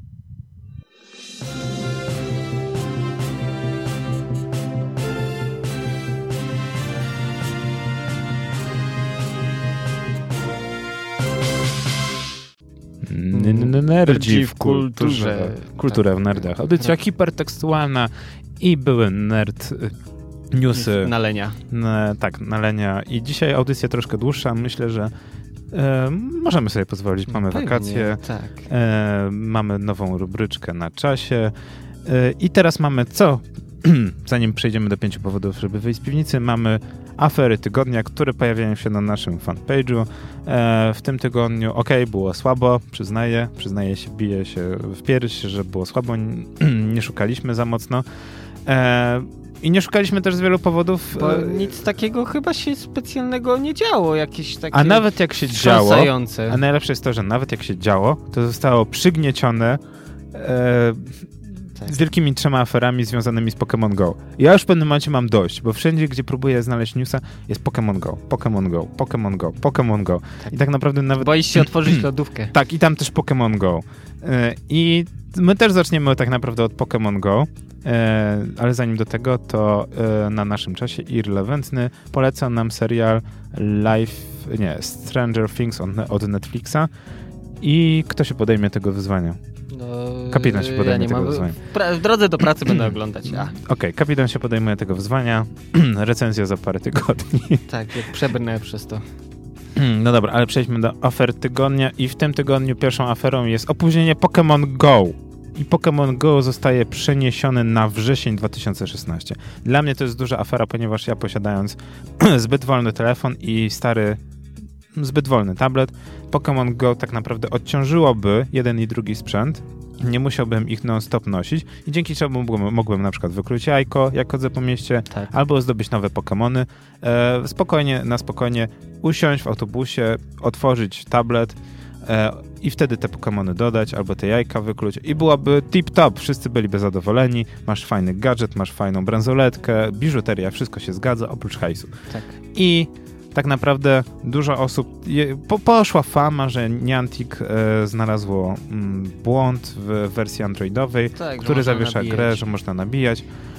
Nerdzi w kulturze. Kultura w nerdach. Audycja hipertekstualna i były nerd newsy. Nalenia. Na, tak, nalenia. I dzisiaj audycja troszkę dłuższa. Myślę, że e, możemy sobie pozwolić. Mamy Pewnie, wakacje. Tak. E, mamy nową rubryczkę na czasie. E, I teraz mamy co? Zanim przejdziemy do pięciu powodów, żeby wyjść z piwnicy, mamy afery tygodnia, które pojawiają się na naszym fanpage'u. E, w tym tygodniu, ok, było słabo, przyznaję, przyznaję się, biję się w pierś, że było słabo, nie, nie szukaliśmy za mocno. E, I nie szukaliśmy też z wielu powodów. Bo nic takiego chyba się specjalnego nie działo, jakieś takie A nawet jak się działo, a najlepsze jest to, że nawet jak się działo, to zostało przygniecione e, z wielkimi trzema aferami związanymi z Pokémon Go. Ja już w pewnym momencie mam dość, bo wszędzie, gdzie próbuję znaleźć newsa, jest Pokémon Go, Pokémon Go, Pokémon Go, Pokémon Go. Tak. I tak naprawdę nawet... Boisz się otworzyć lodówkę. Tak, i tam też Pokémon Go. I my też zaczniemy tak naprawdę od Pokémon Go, ale zanim do tego, to na naszym czasie irrelevantny poleca nam serial Life, nie, Stranger Things od Netflixa. I kto się podejmie tego wyzwania? No, kapitan się podejmie ja tego mam, wyzwania. W, pra- w drodze do pracy będę oglądać. Okej, okay, kapitan się podejmuje tego wyzwania. Recenzja za parę tygodni. Tak, jak przebrnę przez to. No dobra, ale przejdźmy do afer tygodnia i w tym tygodniu pierwszą aferą jest opóźnienie Pokémon Go. I Pokémon Go zostaje przeniesiony na wrzesień dwa tysiące szesnasty. Dla mnie to jest duża afera, ponieważ ja posiadając zbyt wolny telefon i stary zbyt wolny tablet, Pokémon Go tak naprawdę odciążyłoby jeden i drugi sprzęt. Nie musiałbym ich non-stop nosić i dzięki czemu mogłem, mogłem na przykład wykluć jajko, jak chodzę po mieście, tak. Albo zdobyć nowe Pokémony. E, spokojnie, na spokojnie usiąść w autobusie, otworzyć tablet e, i wtedy te Pokémony dodać, albo te jajka wykluć i byłoby tip-top. Wszyscy byliby zadowoleni. Masz fajny gadżet, masz fajną bransoletkę, biżuteria, wszystko się zgadza, oprócz hajsu. Tak. I tak naprawdę dużo osób, je, po, poszła fama, że Niantic e, znalazło m, błąd w wersji androidowej, tak, który zawiesza nabijać grę, że można nabijać.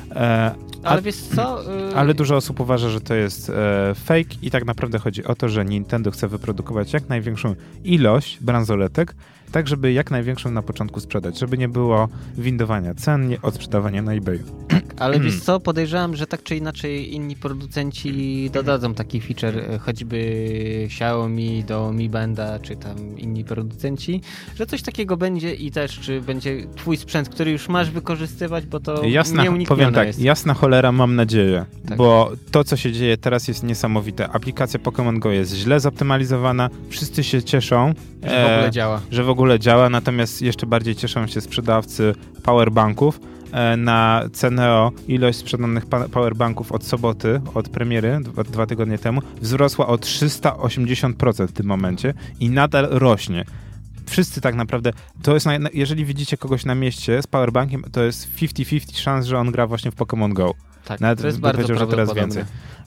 E, ale a, wiesz co? Yy... Ale dużo osób uważa, że to jest e, fake i tak naprawdę chodzi o to, że Nintendo chce wyprodukować jak największą ilość bransoletek, tak żeby jak największą na początku sprzedać, żeby nie było windowania cen, nie odsprzedawania na eBayu. Ale wiesz co, podejrzewam, że tak czy inaczej inni producenci dodadzą taki feature, choćby Xiaomi do Mi Banda, czy tam inni producenci, że coś takiego będzie i też, czy będzie twój sprzęt, który już masz wykorzystywać, bo to jasna, nieuniknione powiem tak, jest. jasna cholera, mam nadzieję, tak. Bo to, co się dzieje teraz jest niesamowite. Aplikacja Pokémon Go jest źle zoptymalizowana, wszyscy się cieszą, że w ogóle e, działa. Że w ogóle działa, natomiast jeszcze bardziej cieszą się sprzedawcy powerbanków. Na Ceneo ilość sprzedanych powerbanków od soboty, od premiery, dwa, dwa tygodnie temu, wzrosła o trzysta osiemdziesiąt procent w tym momencie i nadal rośnie. Wszyscy tak naprawdę, to jest, jeżeli widzicie kogoś na mieście z powerbankiem, to jest pięćdziesiąt pięćdziesiąt szans, że on gra właśnie w Pokémon Go. Tak, nawet to jest bym bardzo powiedział, że teraz więcej.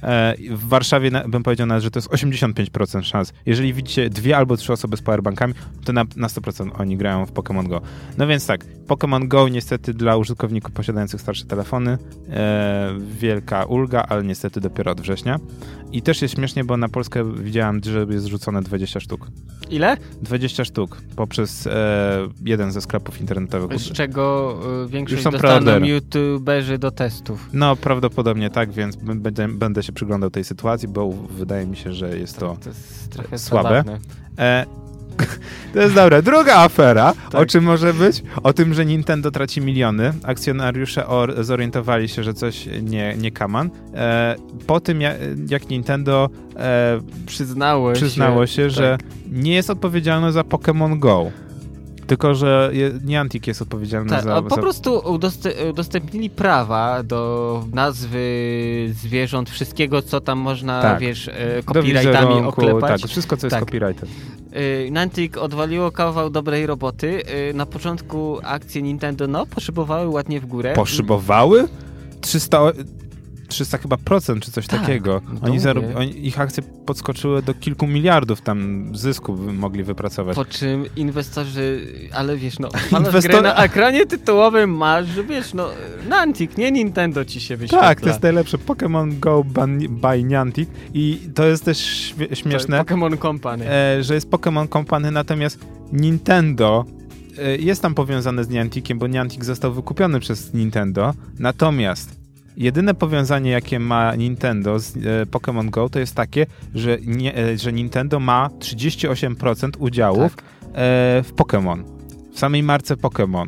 W Warszawie bym powiedział nawet, że to jest osiemdziesiąt pięć procent szans. Jeżeli widzicie dwie albo trzy osoby z powerbankami, to na, na sto procent oni grają w Pokémon Go. No więc tak, Pokémon Go niestety dla użytkowników posiadających starsze telefony e, wielka ulga, ale niestety dopiero od września. I też jest śmiesznie, bo na Polskę widziałem, że jest rzucone dwadzieścia sztuk. Ile? dwadzieścia sztuk poprzez e, jeden ze sklepów internetowych. Z czego y, większość są dostaną youtuberzy do testów. No prawdopodobnie tak, więc będę, będę się przyglądał tej sytuacji, bo wydaje mi się, że jest to, to jest trochę słabe. E, to jest dobre. Druga afera, tak. O czym może być? O tym, że Nintendo traci miliony. Akcjonariusze or, zorientowali się, że coś nie, nie kaman. E, po tym, jak, jak Nintendo e, przyznało, przyznało się, się że tak. nie jest odpowiedzialne za Pokémon Go. Tylko, że je, Niantic jest odpowiedzialny tak, za... po za... prostu udostęp- udostępnili prawa do nazwy zwierząt, wszystkiego, co tam można, tak. wiesz, copyrightami oklepać. Tak, wszystko, co jest tak. copyrightem. Niantic odwaliło kawał dobrej roboty. Na początku akcje Nintendo, no, poszybowały ładnie w górę. Poszybowały? trzysta... trzysta chyba procent, czy coś tak, takiego. No oni zarob- oni, ich akcje podskoczyły do kilku miliardów tam zysku mogli wypracować. Po czym inwestorzy, ale wiesz, no, Inwestor... grę na ekranie tytułowym masz, że wiesz, no, Niantic, nie Nintendo ci się wyświetla. Tak, to jest najlepsze. Pokémon Go by Niantic i to jest też śmieszne. Pokémon Company. E, że jest Pokémon Company, natomiast Nintendo e, jest tam powiązane z Nianticiem, bo Niantic został wykupiony przez Nintendo, natomiast jedyne powiązanie, jakie ma Nintendo z e, Pokémon Go, to jest takie, że, nie, e, że Nintendo ma trzydzieści osiem procent udziałów tak. e, w Pokémon. W samej marce Pokémon.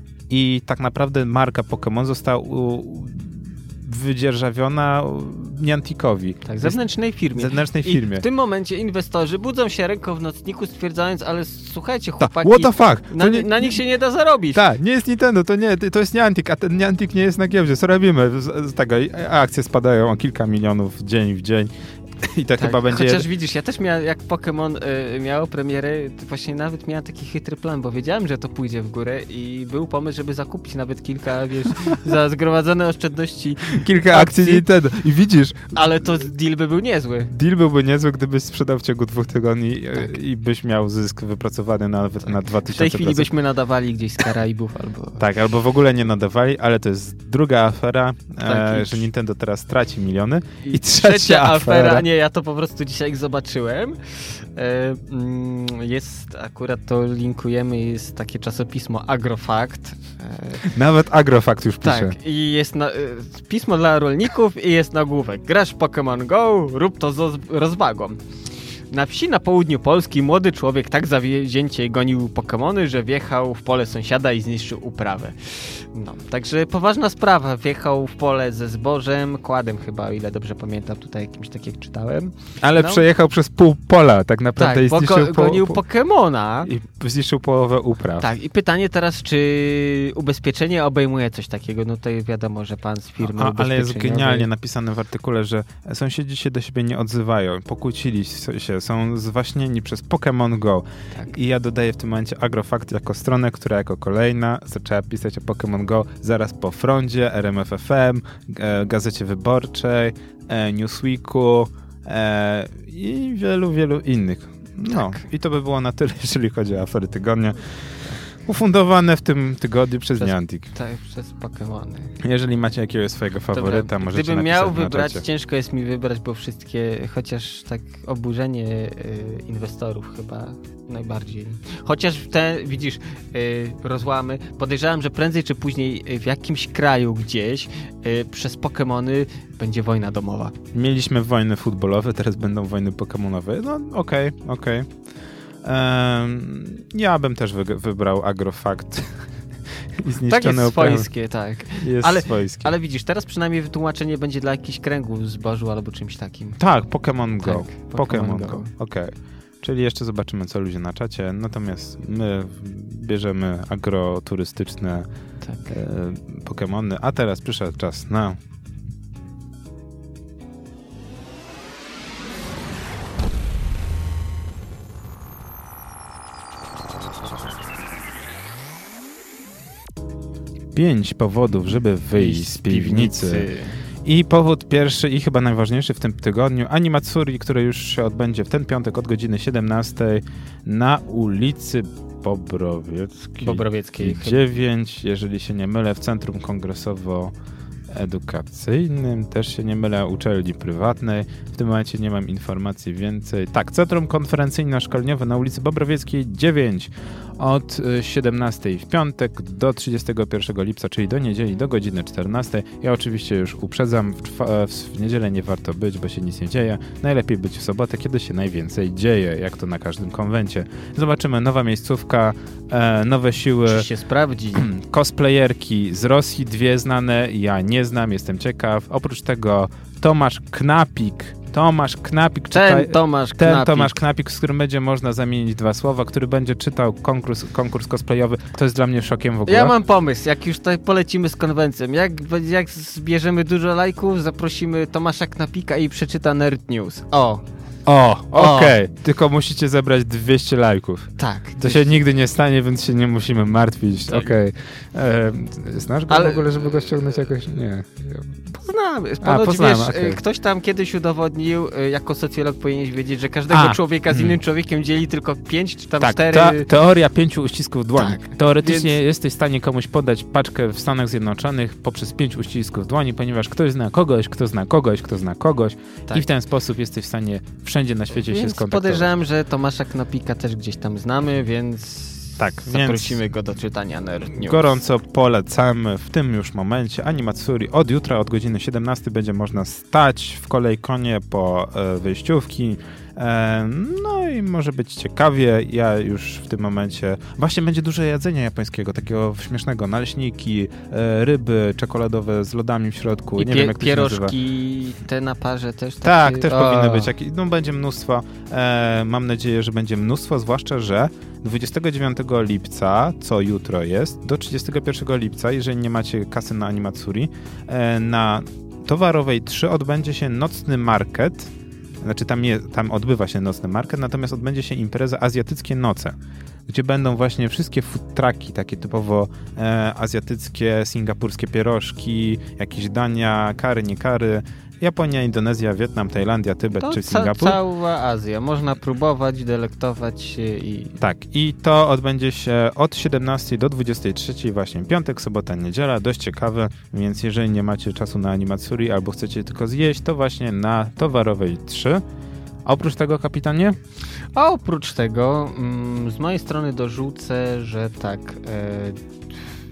I tak naprawdę marka Pokémon została u, wydzierżawiona Nianticowi. Tak, zewnętrznej firmie. Zewnętrznej firmie. I w tym momencie inwestorzy budzą się ręką w nocniku, stwierdzając, ale słuchajcie, chłopaki, Ta, what the fuck? Na, nie, na nich się nie da zarobić. Tak, nie jest Nintendo, to nie, to jest Niantic, a ten Niantic nie jest na giełdzie. Co robimy? Z, z tego akcje spadają o kilka milionów dzień w dzień. I to tak, chyba będzie... Chociaż widzisz, ja też miałem, jak Pokémon y, miało premierę, to właśnie nawet miałem taki chytry plan, bo wiedziałem, że to pójdzie w górę i był pomysł, żeby zakupić nawet kilka, wiesz, za zgromadzone oszczędności kilka akcji, akcji Nintendo. I widzisz... Ale to deal by był niezły. Deal byłby niezły, gdybyś sprzedał w ciągu dwóch tygodni tak. i byś miał zysk wypracowany nawet tak. na dwa tysiące procent. W tej chwili byśmy nadawali gdzieś z Karaibów albo... Tak, albo w ogóle nie nadawali, ale to jest druga afera, tak, e, że Nintendo teraz traci miliony. I, I trzecia, trzecia afera... afera... Nie, ja to po prostu dzisiaj ich zobaczyłem. Jest, akurat to linkujemy, jest takie czasopismo Agrofact. Nawet Agrofact już pisze. Tak, i jest na, pismo dla rolników i jest nagłówek. Grasz w Pokémon Go, rób to z rozwagą. Na wsi na południu Polski młody człowiek tak zawzięcie gonił Pokemony, że wjechał w pole sąsiada i zniszczył uprawę. No, także poważna sprawa. Wjechał w pole ze zbożem, kładem chyba, o ile dobrze pamiętam, tutaj jakimś takim czytałem. Ale no. przejechał przez pół pola tak naprawdę tak, i zniszczył poko- po, gonił po, Pokemona. I zniszczył połowę upraw. Tak, i pytanie teraz, czy ubezpieczenie obejmuje coś takiego? No tutaj wiadomo, że pan z firmy A, ale jest genialnie napisane w artykule, że sąsiedzi się do siebie nie odzywają, pokłócili się, są zwaśnieni przez Pokémon Go. Tak. I ja dodaję w tym momencie Agrofact jako stronę, która jako kolejna zaczęła pisać o Pokémon Go zaraz po Frondzie, R M F F M, e, Gazecie Wyborczej, e, Newsweeku e, i wielu, wielu innych. No, tak. I to by było na tyle, jeżeli chodzi o afery tygodnia. Ufundowane w tym tygodniu przez, przez Niantic. Tak, przez Pokemony. Jeżeli macie jakiegoś swojego faworyta, Dobra, możecie Gdybym miał wybrać, czacie. ciężko jest mi wybrać, bo wszystkie, chociaż tak oburzenie y, inwestorów chyba najbardziej. Chociaż te, widzisz, y, rozłamy, podejrzewam, że prędzej czy później w jakimś kraju gdzieś y, przez Pokemony będzie wojna domowa. Mieliśmy wojny futbolowe, teraz będą wojny pokemonowe. No okej, okay, okej. Okay. Um, ja bym też wy- wybrał Agrofakt. I tak jest swojskie, tak. Jest ale, swojskie. Ale widzisz, teraz przynajmniej wytłumaczenie będzie dla jakichś kręgów zbożu albo czymś takim. Tak, Pokémon Go. Tak, Pokémon Go. Go. Okej. Okay. Czyli jeszcze zobaczymy, co ludzie na czacie. Natomiast my bierzemy agroturystyczne tak. e, Pokémony. A teraz przyszedł czas na... Pięć powodów, żeby wyjść z piwnicy. I powód pierwszy i chyba najważniejszy w tym tygodniu, Animatsuri, które już się odbędzie w ten piątek od godziny siedemnastej na ulicy Bobrowieckiej, Bobrowieckiej dziewięć, jeżeli się nie mylę, w Centrum Kongresowo Edukacyjnym, też się nie mylę, uczelni prywatnej. W tym momencie nie mam informacji więcej. Tak, Centrum Konferencyjno-Szkoleniowe na ulicy Bobrowieckiej dziewięć od siedemnastej w piątek do trzydziestego pierwszego lipca, czyli do niedzieli do godziny czternastej. Ja oczywiście już uprzedzam, w, czwa- w niedzielę nie warto być, bo się nic nie dzieje. Najlepiej być w sobotę, kiedy się najwięcej dzieje, jak to na każdym konwencie. Zobaczymy, nowa miejscówka, e, nowe siły. Czy się sprawdzi? Cosplayerki z Rosji, dwie znane, ja nie znam, jestem ciekaw. Oprócz tego Tomasz Knapik, Tomasz Knapik, ten czyta, Tomasz ten Knapik. Tomasz Knapik, z którym będzie można zamienić dwa słowa, który będzie czytał konkurs, konkurs cosplayowy. To jest dla mnie szokiem w ogóle. Ja mam pomysł, jak już tutaj polecimy z konwencją, jak, jak zbierzemy dużo lajków, zaprosimy Tomasza Knapika i przeczyta Nerd News. O! O, okej. Okay. Tylko musicie zebrać dwieście lajków. Tak. To się nigdy nie stanie, więc się nie musimy martwić. Tak. Okej. Okay. Znasz go Ale... w ogóle, żeby go ściągnąć jakoś? Nie. Poznamy. Ponoć, A, poznamy, wiesz, okay. Ktoś tam kiedyś udowodnił, jako socjolog powinieneś wiedzieć, że każdego A, człowieka z innym hmm. człowiekiem dzieli tylko pięć czy tam tak, cztery... Ta, teoria pięciu uścisków dłoni. Tak, Teoretycznie więc... jesteś w stanie komuś podać paczkę w Stanach Zjednoczonych poprzez pięć uścisków dłoni, ponieważ ktoś zna kogoś, kto zna kogoś, kto zna kogoś tak. i w ten sposób jesteś w stanie wszędzie na świecie więc się skontaktować. Podejrzewam, że Tomasza Knapika też gdzieś tam znamy, więc tak, zaprosimy go do czytania Nerd News. Gorąco polecamy w tym już momencie Animatsuri. Od jutra od godziny siedemnastej będzie można stać w kolejkonie po e, wyjściówki. E, no i może być ciekawie. Ja już w tym momencie... Właśnie będzie dużo jedzenia japońskiego, takiego śmiesznego. Naleśniki, e, ryby czekoladowe z lodami w środku. I nie pie- wiem, jak to pierożki, te na parze też takie... Tak, też o. powinny być. Jak, no będzie mnóstwo. E, mam nadzieję, że będzie mnóstwo, zwłaszcza, że dwudziestego dziewiątego lipca, co jutro jest, do trzydziestego pierwszego lipca, jeżeli nie macie kasy na Animatsuri, e, na Towarowej trzy odbędzie się nocny market. Znaczy tam, je, tam odbywa się nocny market, natomiast odbędzie się impreza Azjatyckie Noce, gdzie będą właśnie wszystkie food trucki, takie typowo e, azjatyckie, singapurskie pierożki, jakieś dania, kary, nie kary. Japonia, Indonezja, Wietnam, Tajlandia, Tybet to czy ca- Singapur. Cała Azja. Można próbować, delektować się i... Tak. I to odbędzie się od siedemnastej do dwudziestej trzeciej właśnie piątek, sobota, niedziela. Dość ciekawe, więc jeżeli nie macie czasu na Animatsuri albo chcecie tylko zjeść, to właśnie na Towarowej trzy. A oprócz tego, kapitanie? A oprócz tego mm, z mojej strony dorzucę, że tak... E,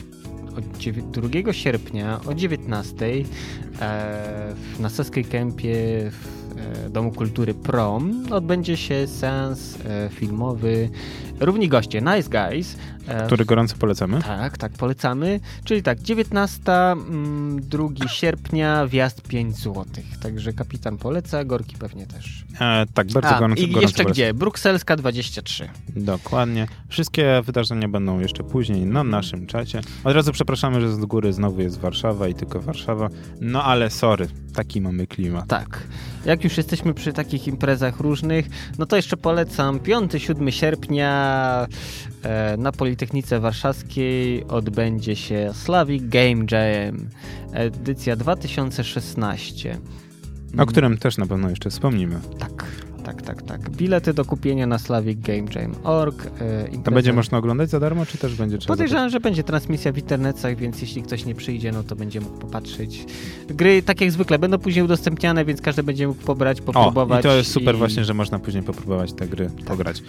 drugiego sierpnia o dziewiętnastej e, na Saskiej Kępie w e, Domu Kultury Prom odbędzie się seans e, filmowy Równi Goście, Nice Guys. E, który gorąco polecamy. Tak, tak, polecamy. Czyli tak, dziewiętnastego drugiego sierpnia, wjazd pięć złotych. Także kapitan poleca, Gorki pewnie też. E, tak, bardzo A, gorąco. I gorąco jeszcze polecam. gdzie? Brukselska dwadzieścia trzy. Dokładnie. Wszystkie wydarzenia będą jeszcze później na naszym czacie. Od razu przepraszamy, że z góry znowu jest Warszawa i tylko Warszawa. No ale sorry, taki mamy klimat. Tak. Jak już jesteśmy przy takich imprezach różnych, no to jeszcze polecam piątego siódmego sierpnia e, na Politechnice Warszawskiej odbędzie się Slavic Game Jam, edycja dwa tysiące szesnaście. O którym też na pewno jeszcze wspomnimy. Tak. Tak, Tak, tak, tak. Bilety do kupienia na slavic game jam kropka org. E, to będzie można oglądać za darmo, czy też będzie trzeba... Podejrzewam, że będzie transmisja w internetach, więc jeśli ktoś nie przyjdzie, no to będzie mógł popatrzeć. Gry, tak jak zwykle, będą później udostępniane, więc każdy będzie mógł pobrać, popróbować. O, i to jest super i... właśnie, że można później popróbować te gry, tak. pograć.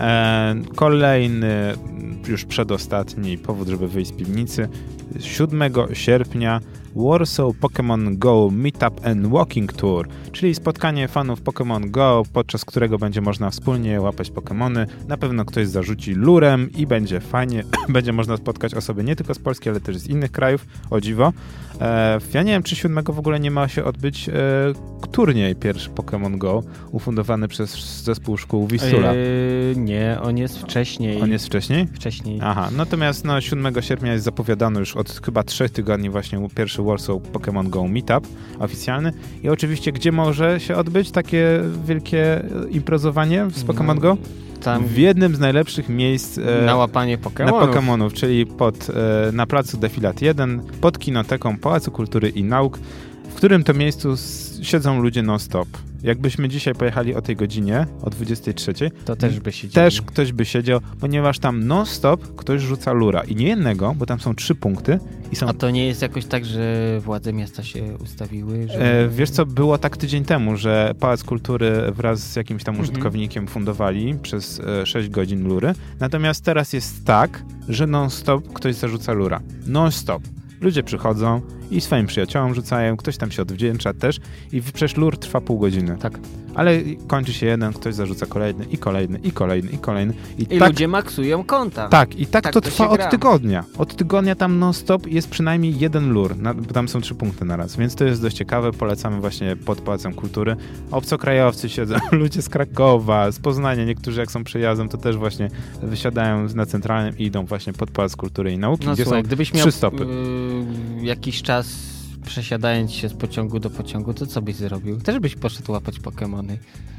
E, kolejny, już przedostatni powód, żeby wyjść z piwnicy. siódmego sierpnia Warsaw Pokémon Go Meetup and Walking Tour, czyli spotkanie fanów Pokémon Go, podczas którego będzie można wspólnie łapać Pokémony. Na pewno ktoś zarzuci lurem i będzie fajnie. Będzie można spotkać osoby nie tylko z Polski, ale też z innych krajów. O dziwo. E, ja nie wiem, czy siódmego w ogóle nie ma się odbyć e, turniej pierwszy Pokémon Go, ufundowany przez zespół szkół Wistula. Yy, nie, on jest wcześniej. On jest wcześniej? Wcześniej. Aha, natomiast no, siódmego sierpnia jest zapowiadano już od chyba trzech tygodni właśnie pierwszy Warsaw Pokémon Go Meetup oficjalny. I oczywiście, gdzie może się odbyć takie wielkie imprezowanie z Pokémon no, Go? Tam w jednym z najlepszych miejsc e, na łapanie Pokemonów. Na Pokemonów, czyli pod, e, na placu Defilat jeden, pod Kinoteką Pałacu Kultury i Nauk, w którym to miejscu s- siedzą ludzie non-stop. Jakbyśmy dzisiaj pojechali o tej godzinie, o dwudziestej trzeciej, to też by siedzieli. Też ktoś by siedział, ponieważ tam non-stop ktoś rzuca lura. I nie jednego, bo tam są trzy punkty. I są... A to nie jest jakoś tak, że władze miasta się ustawiły? Że... E, wiesz co, było tak tydzień temu, że Pałac Kultury wraz z jakimś tam użytkownikiem mhm. fundowali przez e, sześć godzin lury. Natomiast teraz jest tak, że non-stop ktoś zarzuca lura. Non-stop. Ludzie przychodzą i swoim przyjaciołom rzucają, ktoś tam się odwdzięcza też i przecież lur trwa pół godziny. Tak. Ale kończy się jeden, ktoś zarzuca kolejny i kolejny i kolejny i kolejny. I, I tak, ludzie maksują konta. Tak, i tak, tak to, to trwa od gra. tygodnia. Od tygodnia tam non-stop jest przynajmniej jeden lur, na, bo tam są trzy punkty na raz, więc to jest dość ciekawe. Polecamy właśnie pod Pałacem Kultury. Obcokrajowcy siedzą, ludzie z Krakowa, z Poznania, niektórzy jak są przyjazdem, to też właśnie wysiadają na Centralnym i idą właśnie pod Pałac Kultury i Nauki, no, gdzie słuchaj, są gdybyś trzy miał, stopy. Yy, jakiś czas przesiadając się z pociągu do pociągu, to co byś zrobił? Też byś poszedł łapać Pokemony.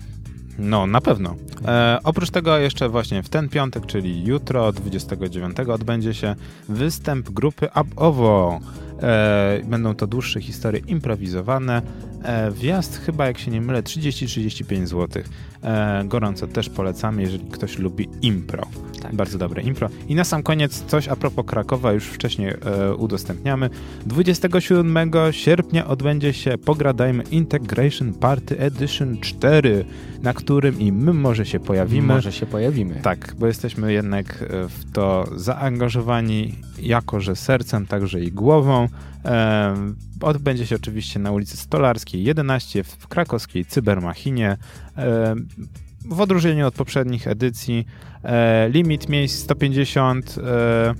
No, na pewno. E, oprócz tego jeszcze właśnie w ten piątek, czyli jutro, dwudziestego dziewiątego odbędzie się występ grupy Abowo. E, będą to dłuższe historie improwizowane. E, wjazd chyba, jak się nie mylę, trzydzieści do trzydziestu pięciu złotych. E, gorąco też polecamy, jeżeli ktoś lubi impro. Tak. Bardzo dobre impro. I na sam koniec coś a propos Krakowa, już wcześniej e, udostępniamy. dwudziestego siódmego sierpnia odbędzie się Pogradajmy Integration Party Edition cztery, na którym i my może się pojawimy. Może się pojawimy. Tak, bo jesteśmy jednak w to zaangażowani jako, że sercem, także i głową. E, odbędzie się oczywiście na ulicy Stolarskiej jedenaście w krakowskiej Cybermachinie. E, w odróżnieniu od poprzednich edycji e, limit miejsc sto pięćdziesiąt, e,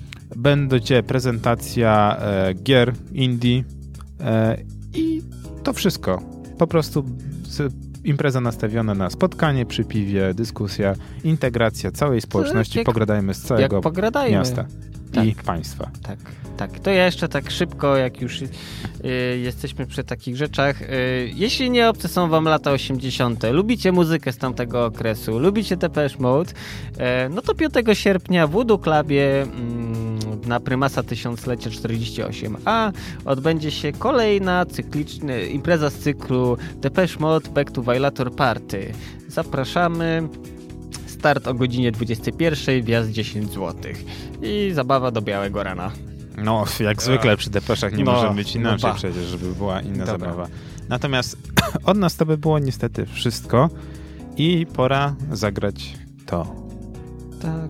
będzie prezentacja e, gier indie e, i to wszystko. Po prostu z, impreza nastawiona na spotkanie przy piwie, dyskusja, integracja całej społeczności. Jak, pogradajmy z całego miasta tak. i państwa. Tak, tak. To ja jeszcze tak szybko, jak już y, jesteśmy przy takich rzeczach. Y, jeśli nie obce są wam lata osiemdziesiąte, lubicie muzykę z tamtego okresu, lubicie Depeche Mode, y, no to piątego sierpnia w Voodoo Clubie y, na Prymasa Tysiąclecia czterdzieści osiem a odbędzie się kolejna cykliczna impreza z cyklu Depeche Mode Back to Violator Party. Zapraszamy. Start o godzinie dwudziestej pierwszej, wjazd dziesięć złotych i zabawa do białego rana. No, jak zwykle przy Depeszach nie no, może być inaczej no przecież, żeby była inna Dobra. zabawa. Natomiast od nas to by było niestety wszystko i pora zagrać to. Tak.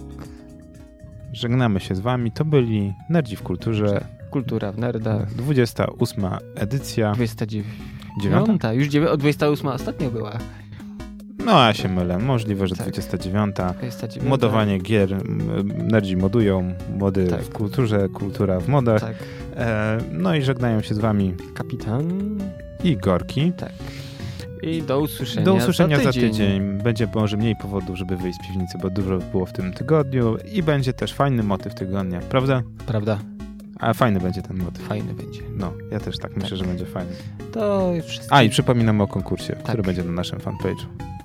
Żegnamy się z wami. To byli Nerdzi w Kulturze. Kultura w Nerdach. dwudziesta ósma edycja. dwudziesta dziewiąta Już dziewię- o dwudziesta ósma ostatnio była. No, ja się mylę. Możliwe, że tak. dwudziesta dziewiąta dwudziesta dziewiąta Modowanie gier. Nerdzi modują. Mody tak. w kulturze, kultura w modach. Tak. E, no i żegnają się z wami Kapitan i Gorki. Tak. I do usłyszenia, do usłyszenia za, za tydzień. tydzień. Będzie może mniej powodów, żeby wyjść z piwnicy, bo dużo było w tym tygodniu i będzie też fajny motyw tygodnia, prawda? Prawda. A fajny będzie ten motyw. Fajny będzie. No, ja też tak myślę, tak. że będzie fajny. To wszystko. A i przypominamy o konkursie, tak. który będzie na naszym fanpage'u.